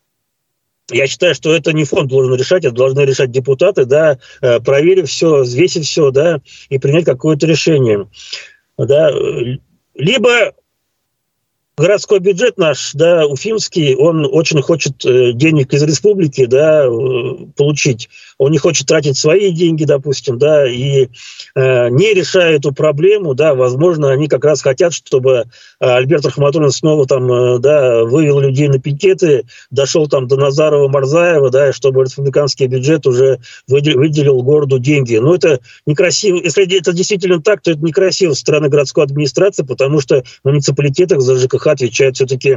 я считаю, что это не фонд должен решать, это должны решать депутаты, да, проверив все, взвесив все, да, и принять какое-то решение. Да. Либо городской бюджет наш, да, уфимский, он очень хочет денег из республики, да, получить. Он не хочет тратить свои деньги, допустим, да, и не решая эту проблему, да, возможно, они как раз хотят, чтобы Альберт Рахматуллин снова там, да, вывел людей на пикеты, дошел там до Назарова, Марзаева, да, чтобы республиканский бюджет уже выделил городу деньги. Но это некрасиво. Если это действительно так, то это некрасиво со стороны городской администрации, потому что в муниципалитетах за ЖКХ отвечают все-таки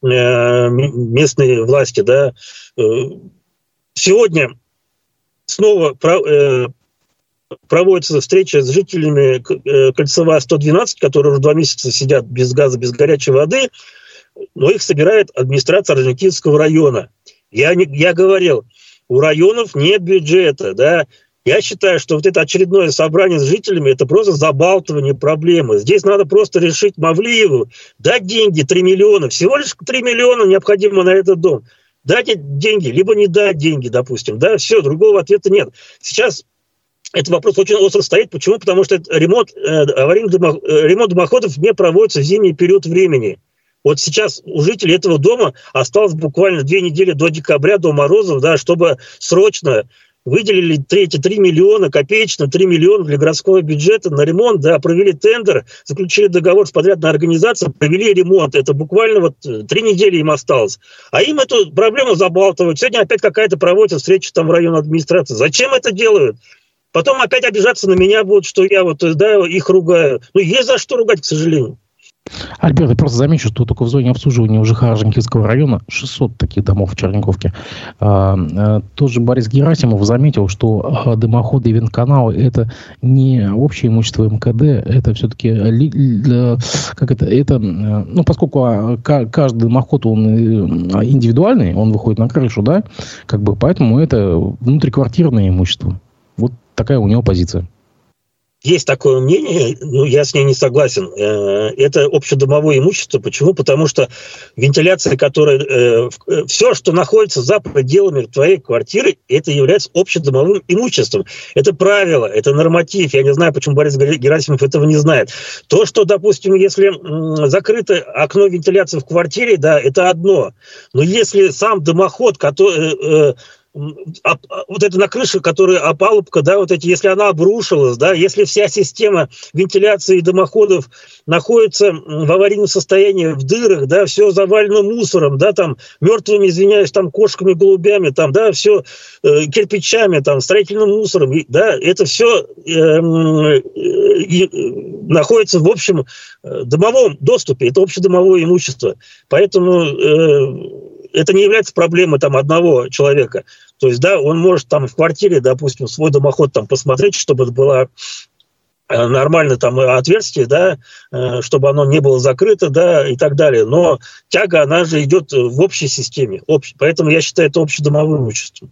местные власти, да. Сегодня снова проводится встреча с жителями Кольцева 112, которые уже 2 месяца сидят без газа, без горячей воды, но их собирает администрация Орджоникидзевского района. Я говорил, у районов нет бюджета, да. Я считаю, что вот это очередное собрание с жителями – это просто забалтывание проблемы. Здесь надо просто решить Мавлиеву, дать деньги 3 миллиона, всего лишь 3 миллиона необходимо на этот дом. Дать деньги, либо не дать деньги, допустим. Да, все, другого ответа нет. Сейчас этот вопрос очень остро стоит. Почему? Потому что ремонт дымоходов не проводится в зимний период времени. Вот сейчас у жителей этого дома осталось буквально 2 недели до декабря, до морозов, да, чтобы срочно выделили 3 миллиона, копеечно 3 миллиона для городского бюджета на ремонт, да, провели тендер, заключили договор с подрядной организацией, провели ремонт. Это буквально вот 3 недели им осталось. А им эту проблему забалтывают. Сегодня опять какая-то проводится встреча там в районной администрации. Зачем это делают? Потом опять обижаться на меня будут, что я вот, да, их ругаю. Ну, есть за что ругать, к сожалению. Альберт, я просто замечу, что только в зоне обслуживания у ЖКХ Орджоникидзевского района 600 таких домов в Черниковке. Тот же Борис Герасимов заметил, что дымоходы и вентканалы – это не общее имущество МКД, это все-таки, поскольку каждый дымоход, он индивидуальный, он выходит на крышу, да, как бы, поэтому это внутриквартирное имущество. Вот такая у него позиция. Есть такое мнение, но я с ней не согласен. Это общедомовое имущество. Почему? Потому что вентиляция, которая... все, что находится за пределами твоей квартиры, это является общедомовым имуществом. Это правило, это норматив. Я не знаю, почему Борис Герасимов этого не знает. То, что, допустим, если закрыто окно вентиляции в квартире, да, это одно. Но если сам дымоход, который... вот эта на крыше, которая опалубка, да, вот эти, если она обрушилась, да, если вся система вентиляции дымоходов находится в аварийном состоянии, в дырах, да, все завалено мусором, да, там, мертвыми, извиняюсь, там, кошками, голубями, там, да, все кирпичами, там, строительным мусором, да, это все находится в общем домовом доступе, это общедомовое имущество, поэтому это не является проблемой там одного человека. То есть, да, он может там в квартире, допустим, свой дымоход там посмотреть, чтобы было нормально там отверстие, да, чтобы оно не было закрыто, да, и так далее. Но тяга, она же идет в общей системе. Поэтому я считаю, это общедомовым имуществом.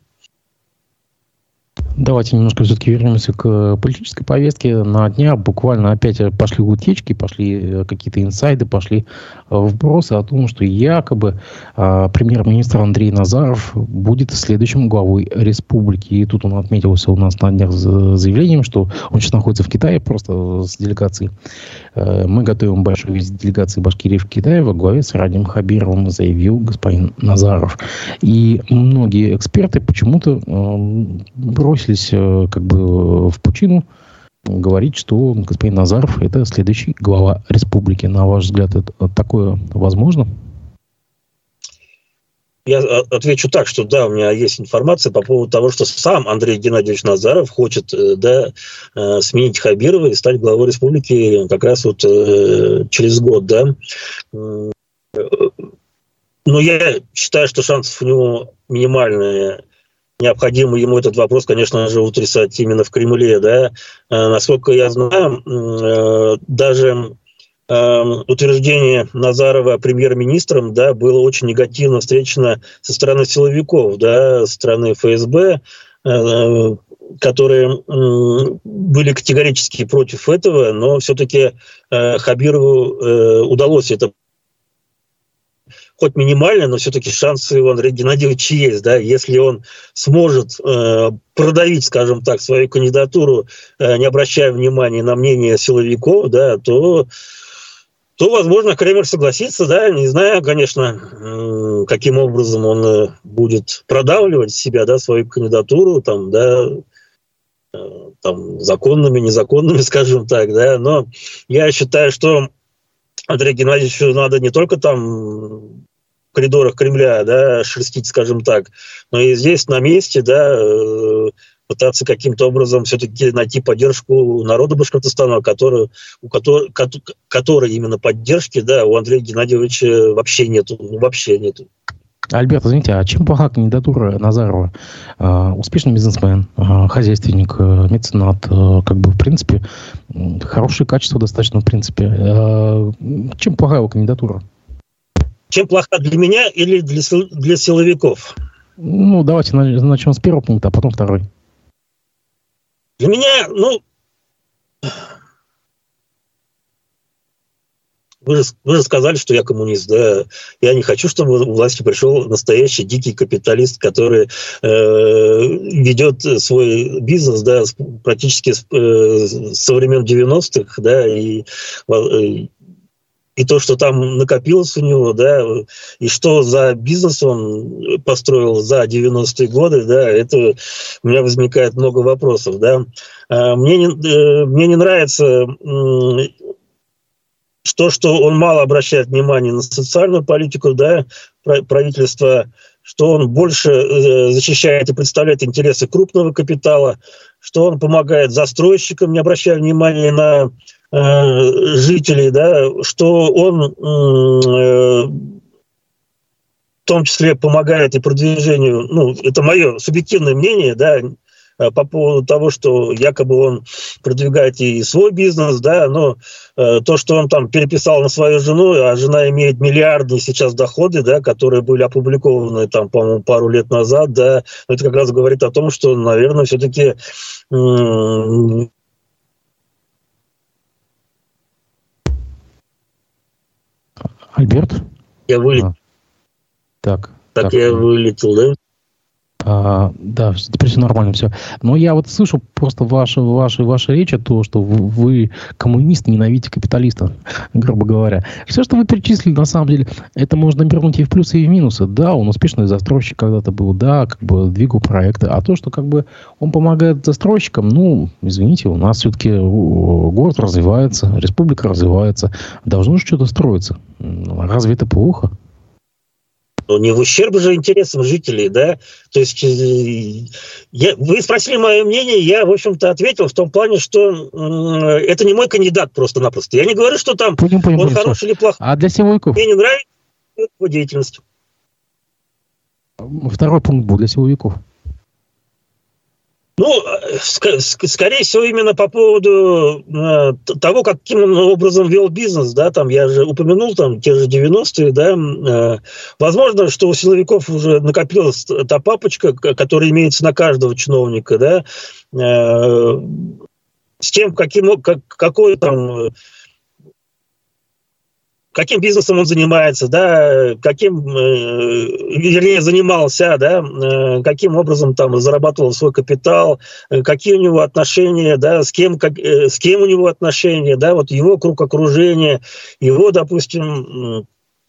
Давайте немножко все-таки вернемся к политической повестке. На днях буквально опять пошли утечки, пошли какие-то инсайды, пошли вбросы о том, что якобы премьер-министр Андрей Назаров будет следующим главой республики. И тут он отметился у нас на днях с заявлением, что он сейчас находится в Китае просто с делегацией. Мы готовим большой визит делегации Башкирии в Китае во главе с Радим Хабировым, заявил господин Назаров. И многие эксперты почему-то бросились как бы в пучину говорить, что господин Назаров – это следующий глава республики. На ваш взгляд, это такое возможно? Я отвечу так, что да, у меня есть информация по поводу того, что сам Андрей Геннадьевич Назаров хочет, да, сменить Хабирова и стать главой республики как раз вот через год, да. Но я считаю, что шансов у него минимальные. Необходимо ему этот вопрос, конечно же, утрясать именно в Кремле. Да? Насколько я знаю, даже утверждение Назарова премьер-министром, да, было очень негативно встречено со стороны силовиков, да, со стороны ФСБ, которые были категорически против этого, но все-таки Хабирову удалось это хоть минимально, но все-таки шансы у Андрея Геннадьевича есть. Да? Если он сможет продавить, скажем так, свою кандидатуру, не обращая внимания на мнение силовиков, да, то, возможно, Кремль согласится. Да? Не знаю, конечно, каким образом он будет продавливать себя, да, свою кандидатуру, там, да, там, законными, незаконными, скажем так. Да? Но я считаю, что Андрею Геннадьевичу надо не только там в коридорах Кремля, да, шерстить, скажем так, но и здесь на месте, да, пытаться каким-то образом все-таки найти поддержку народа Башкортостана, которой именно поддержки, да, у Андрея Геннадьевича вообще нету. Альберт, извините, а чем плоха кандидатура Назарова? Успешный бизнесмен, хозяйственник, меценат, как бы, в принципе, хорошие качества достаточно, в принципе. Чем плоха его кандидатура? Чем плоха для меня или для силовиков? Ну, давайте начнем с первого пункта, а потом второй. Для меня, Вы же сказали, что я коммунист, да. Я не хочу, чтобы у власти пришел настоящий дикий капиталист, который ведет свой бизнес, да, практически со времен 90-х, да, и то, что там накопилось у него, да, и что за бизнес он построил за 90-е годы, да, это у меня возникает много вопросов, да. Мне не нравится что он мало обращает внимание на социальную политику, да, правительства, что он больше защищает и представляет интересы крупного капитала, что он помогает застройщикам, не обращая внимания на жителей, да, что он в том числе помогает и продвижению, это мое субъективное мнение, да, по поводу того, что якобы он продвигает и свой бизнес, да, но то, что он там переписал на свою жену, а жена имеет миллиардные сейчас доходы, да, которые были опубликованы там, по-моему, пару лет назад, да, это как раз говорит о том, что, наверное, все-таки Альберт? Я вылетел. Так, я вылетел, да? Да, теперь все нормально, все. Но я вот слышу просто ваша речь, то, что вы коммунист, ненавидите капиталиста, грубо говоря. Все, что вы перечислили, на самом деле, это можно обернуть и в плюсы, и в минусы. Да, он успешный застройщик когда-то был, да, как бы двигал проекты. А то, что как бы он помогает застройщикам, извините, у нас все-таки город развивается, республика развивается, должно же что-то строиться. Разве это плохо? Не в ущерб же интересам жителей, да. То есть вы спросили мое мнение, я, в общем-то, ответил в том плане, что это не мой кандидат просто-напросто. Я не говорю, что там он хороший или плохой. А для силовиков? Мне не нравится его деятельность. Второй пункт был для силовиков. Скорее всего, именно по поводу того, каким он образом вел бизнес, да, там я же упомянул там те же 90-е, да, возможно, что у силовиков уже накопилась та папочка, которая имеется на каждого чиновника, да, с тем, каким бизнесом он занимается, да, занимался, да, каким образом там зарабатывал свой капитал, какие у него отношения, да, с кем у него отношения, да, вот его круг окружения, его, допустим,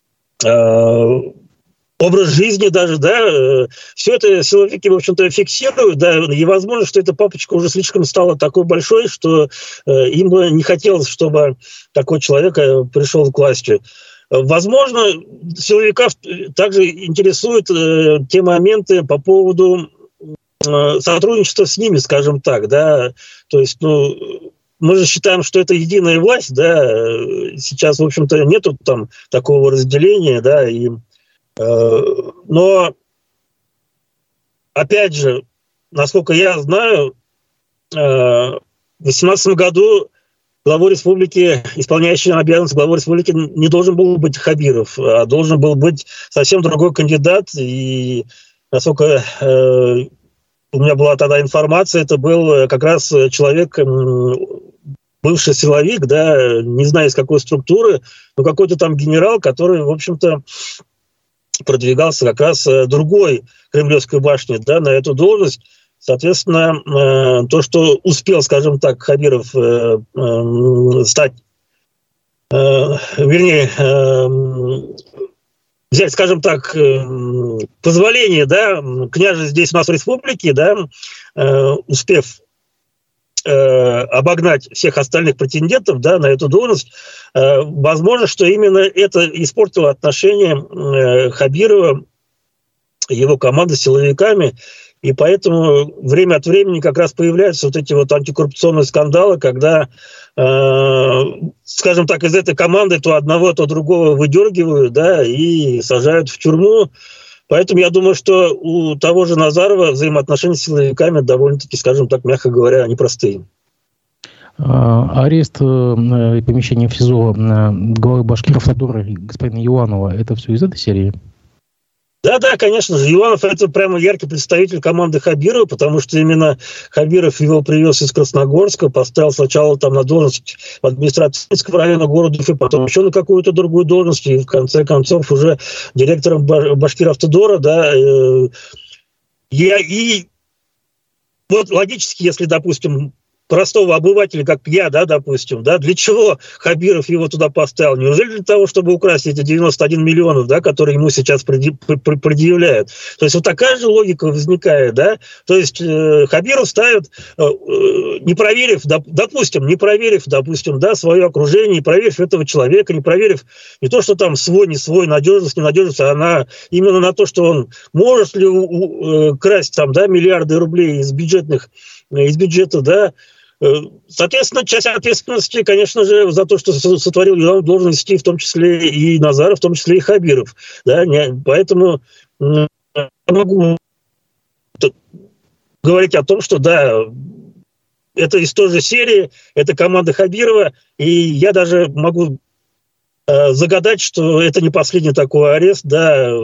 образ жизни даже, да, все это силовики, в общем-то, фиксируют, да, и возможно, что эта папочка уже слишком стала такой большой, что им бы не хотелось, чтобы такой человек пришел к власти. Возможно, силовиков также интересуют те моменты по поводу сотрудничества с ними, скажем так, да, то есть, мы же считаем, что это единая власть, да, сейчас, в общем-то, нету там такого разделения, да, и Но, опять же, насколько я знаю, в 2018 году главой республики, исполняющий обязанности главы республики, не должен был быть Хабиров, а должен был быть совсем другой кандидат. И насколько у меня была тогда информация, это был как раз человек, бывший силовик, да, не знаю из какой структуры, но какой-то там генерал, который, в общем-то, продвигался как раз другой Кремлевской башни, да, на эту должность. Соответственно, то, что успел, скажем так, Хабиров стать, взять, скажем так, позволение, да, княжа здесь у нас в республике, да, успев обогнать всех остальных претендентов, да, на эту должность, возможно, что именно это испортило отношения Хабирова, его команды с силовиками, и поэтому время от времени как раз появляются вот эти вот антикоррупционные скандалы, когда, скажем так, из этой команды то одного, то другого выдергивают, да, и сажают в тюрьму. Поэтому я думаю, что у того же Назарова взаимоотношения с силовиками довольно-таки, скажем так, мягко говоря, непростые. Арест и помещение в СИЗО главы Башкир-Автодора господина Юланова, это все из этой серии? Да, конечно же. Юланов – это прямо яркий представитель команды Хабирова, потому что именно Хабиров его привез из Красногорска, поставил сначала там на должность в администрации района города Уфы, потом еще на какую-то другую должность, и в конце концов уже директором Башкир-Автодора, да. И вот логически, если, допустим, простого обывателя, как я, да, допустим, да, для чего Хабиров его туда поставил? Неужели для того, чтобы украсть эти 91 миллионов, да, которые ему сейчас предъявляют? То есть вот такая же логика возникает, да? То есть Хабиров ставит, не проверив, допустим, да, свое окружение, не проверив этого человека, не проверив не то, что там свой, не свой, надежность, ненадежность, а именно на то, что он может ли красть там, да, миллиарды рублей из бюджета, да. Соответственно, часть ответственности, конечно же, за то, что сотворил Юланов, должен нести в том числе и Назаров, в том числе и Хабиров. Да? Поэтому я могу говорить о том, что да, это из той же серии, это команда Хабирова, и я даже могу загадать, что это не последний такой арест, да,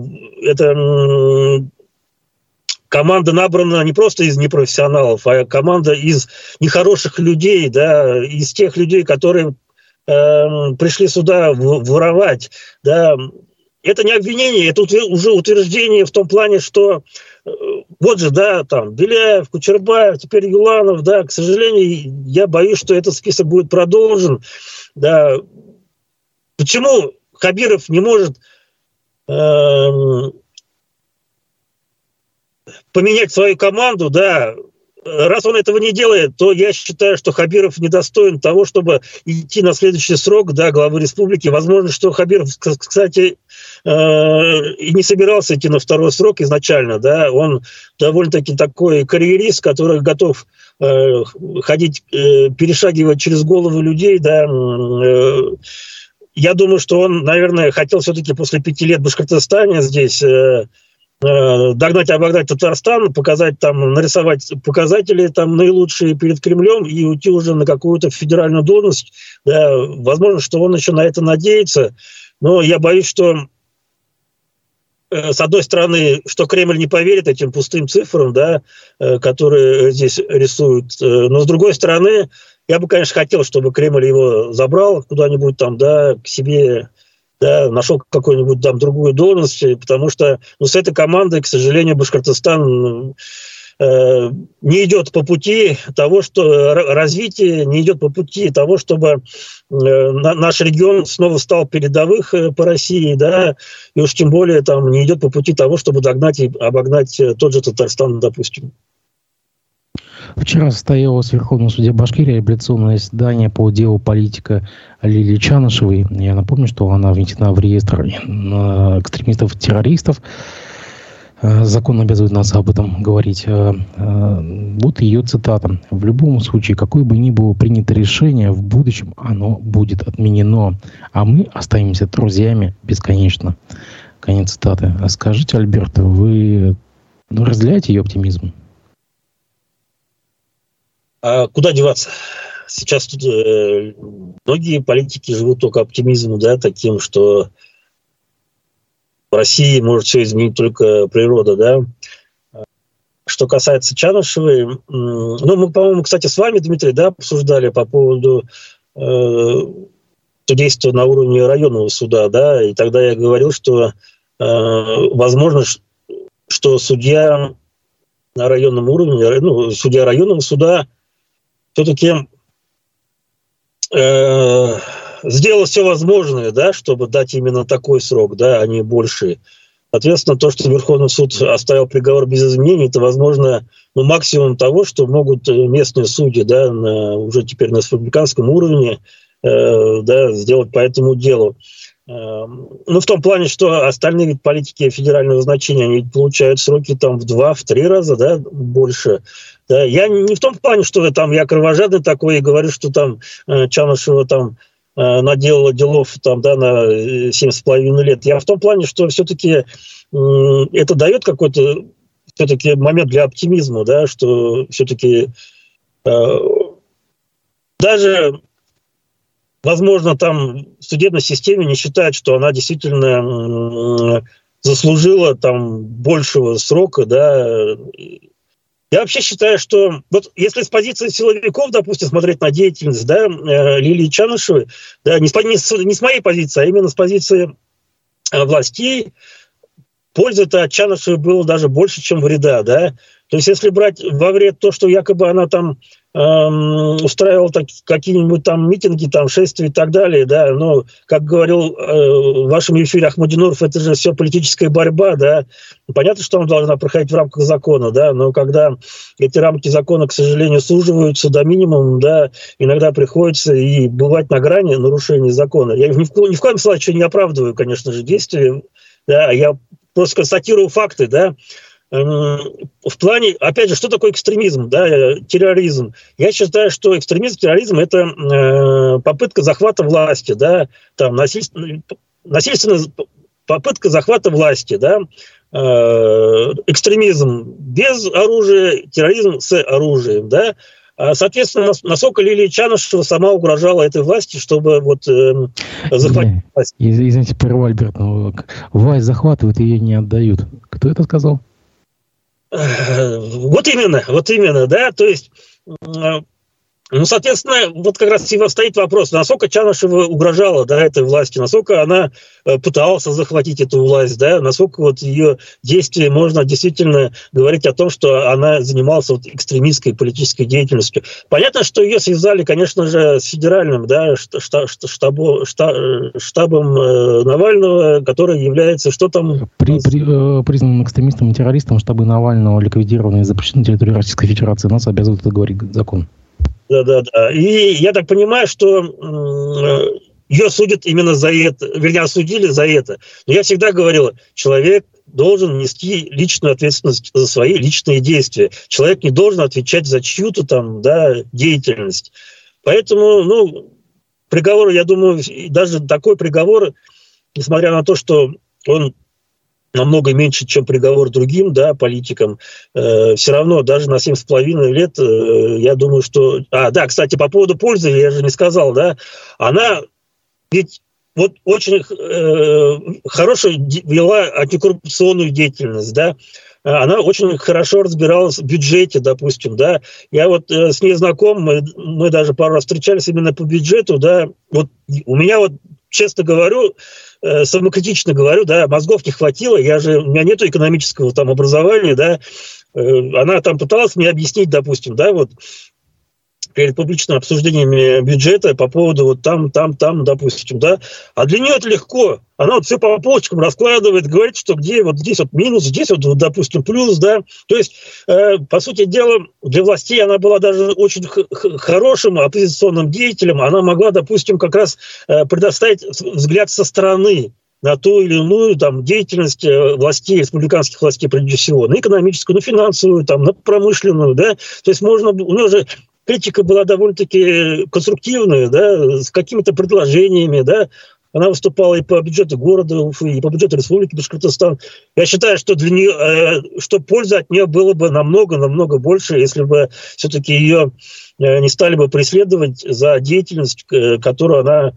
это команда набрана не просто из непрофессионалов, а команда из нехороших людей, да, из тех людей, которые пришли сюда воровать, да. Это не обвинение, это уже утверждение в том плане, что вот же, да, там, Беляев, Кучербаев, теперь Юланов, да, к сожалению, я боюсь, что этот список будет продолжен, да. Почему Хабиров не может поменять свою команду, да, раз он этого не делает, то я считаю, что Хабиров недостоин того, чтобы идти на следующий срок, да, главы республики. Возможно, что Хабиров, кстати, и не собирался идти на второй срок изначально, да, он довольно-таки такой карьерист, который готов ходить, перешагивать через головы людей, да. Я думаю, что он, наверное, хотел все-таки после 5 лет в Башкортостане здесь догнать, обогнать Татарстан, показать там, нарисовать показатели там наилучшие перед Кремлем и уйти уже на какую-то федеральную должность. Да, возможно, что он еще на это надеется, но я боюсь, что с одной стороны, что Кремль не поверит этим пустым цифрам, да, которые здесь рисуют, но с другой стороны, я бы, конечно, хотел, чтобы Кремль его забрал куда-нибудь там, да, к себе, да, нашел какую-нибудь там другую должность, потому что с этой командой, к сожалению, Башкортостан не идет по пути того, что развитие, не идет по пути того, чтобы наш регион снова стал передовых по России, да, и уж тем более там не идет по пути того, чтобы догнать и обогнать тот же Татарстан, допустим. Вчера состоялось в Верховном суде Башкирии апелляционное заседание по делу политика Лилии Чанышевой. Я напомню, что она внесена в реестр экстремистов-террористов. Закон обязывает нас об этом говорить. Вот ее цитата. «В любом случае, какое бы ни было принято решение, в будущем оно будет отменено, а мы останемся друзьями бесконечно». Конец цитаты. А скажите, Альберто, вы разделяете ее оптимизм? А куда деваться? Сейчас тут многие политики живут только оптимизмом, да, таким, что в России может все изменить только природа, да. Что касается Чанышевой, мы, по-моему, кстати, с вами, Дмитрий, да, обсуждали по поводу судейства на уровне районного суда, да, и тогда я говорил, что возможно, что судья на районном уровне, судья районного суда все-таки сделал все возможное, да, чтобы дать именно такой срок, да, а не больший. Соответственно, то, что Верховный суд оставил приговор без изменений, это, возможно, максимум того, что могут местные судьи, да, уже теперь на республиканском уровне, да, сделать по этому делу. В том плане, что остальные ведь политики федерального значения, они получают сроки там в 2-3 раза, да, больше. Да. Я не в том плане, что там я кровожадный такой и говорю, что там Чанышева там наделала делов там, да, на 7,5 лет. Я в том плане, что все-таки это дает какой-то все-таки момент для оптимизма, да, что все-таки даже, возможно, там в судебной системе не считают, что она действительно заслужила там большего срока, да. Я вообще считаю, что вот если с позиции силовиков, допустим, смотреть на деятельность, да, Лилии Чанышевой, да, не с моей позиции, а именно с позиции властей, пользы-то от Чанышевой было даже больше, чем вреда, да. То есть если брать во вред то, что якобы она там устраивала какие-нибудь там митинги, там шествия и так далее, да, но, как говорил в вашем эфире Ахмадинуров, это же все политическая борьба, да. Понятно, что она должна проходить в рамках закона, да, но когда эти рамки закона, к сожалению, суживаются до минимума, да, иногда приходится и бывать на грани нарушения закона. Я ни в коем случае не оправдываю, конечно же, действия, да, я просто констатирую факты, да. В плане, опять же, что такое экстремизм, да, терроризм? Я считаю, что экстремизм, терроризм – это попытка захвата власти, да, там, насильственная попытка захвата власти, да, экстремизм без оружия, терроризм с оружием, да. Соответственно, насколько Лилия Чанышева сама угрожала этой власти, чтобы вот захватить власть. Извините, прерву, Альберт, но власть захватывают, ее не отдают. Кто это сказал? Вот именно, да, то есть, соответственно, вот как раз и стоит вопрос, насколько Чанышева угрожала, да, этой власти, насколько она пыталась захватить эту власть, да, насколько вот ее действия можно действительно говорить о том, что она занималась вот экстремистской политической деятельностью. Понятно, что ее связали, конечно же, с федеральным, да, штабом Навального, который является, что там... Признанным экстремистом и террористом штабы Навального ликвидированы и запрещены на территории Российской Федерации. Нас обязывает это говорить закон. Да. И я так понимаю, что ее судят именно за это, вернее, осудили за это. Но я всегда говорил, человек должен нести личную ответственность за свои личные действия. Человек не должен отвечать за чью-то там, да, деятельность. Поэтому, приговор, я думаю, даже такой приговор, несмотря на то, что он намного меньше, чем приговор другим, да, политикам, все равно даже на 7,5 лет, я думаю, что... да, кстати, по поводу пользы, я же не сказал, да, она ведь вот очень хорошо вела антикоррупционную деятельность, да, она очень хорошо разбиралась в бюджете, допустим, да. Я вот с ней знаком, мы даже пару раз встречались именно по бюджету, да. Вот у меня вот, честно говорю, самокритично говорю, да, мозгов не хватило, у меня нету экономического там образования, да. Она там пыталась мне объяснить, допустим, да, вот перед публичным обсуждением бюджета по поводу вот там, допустим, да. А для нее это легко. Она вот все по полочкам раскладывает, говорит, что где вот здесь вот минус, здесь вот, допустим, плюс, да. То есть, по сути дела, для властей она была даже очень хорошим оппозиционным деятелем. Она могла, допустим, как раз предоставить взгляд со стороны на ту или иную там деятельность властей, республиканских властей, прежде всего, на экономическую, на финансовую, там, на промышленную, да. То есть у нее же критика была довольно-таки конструктивная, да, с какими-то предложениями, да. она выступала и по бюджету города Уфы, и по бюджету Республики Башкортостан. Я считаю, что для нее, что пользы от нее было бы намного больше, если бы все-таки ее не стали бы преследовать за деятельность, которую она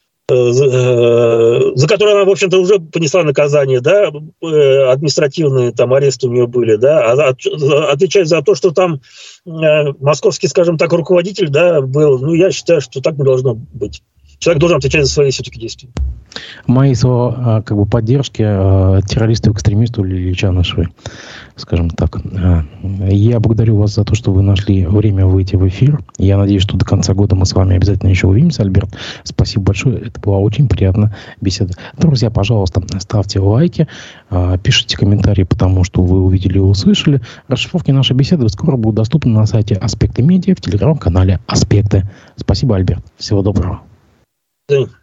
за которую она, в общем-то, уже понесла наказание, да, административные там аресты у нее были, да, отвечать за то, что там московский, скажем так, руководитель, да, был, ну, я считаю, что так не должно быть. Человек должен отвечать за свои все-таки действия. Мои слова как бы поддержки террористу, экстремисту Ильича Нашевой, скажем так. Я благодарю вас за то, что вы нашли время выйти в эфир. Я надеюсь, что до конца года мы с вами обязательно еще увидимся, Альберт. Спасибо большое. Это была очень приятная беседа. Друзья, пожалуйста, ставьте лайки, пишите комментарии, потому что вы увидели и услышали. Расшифровки нашей беседы скоро будут доступны на сайте Аспекты Медиа, в телеграм-канале Аспекты. Спасибо, Альберт. Всего доброго. Да.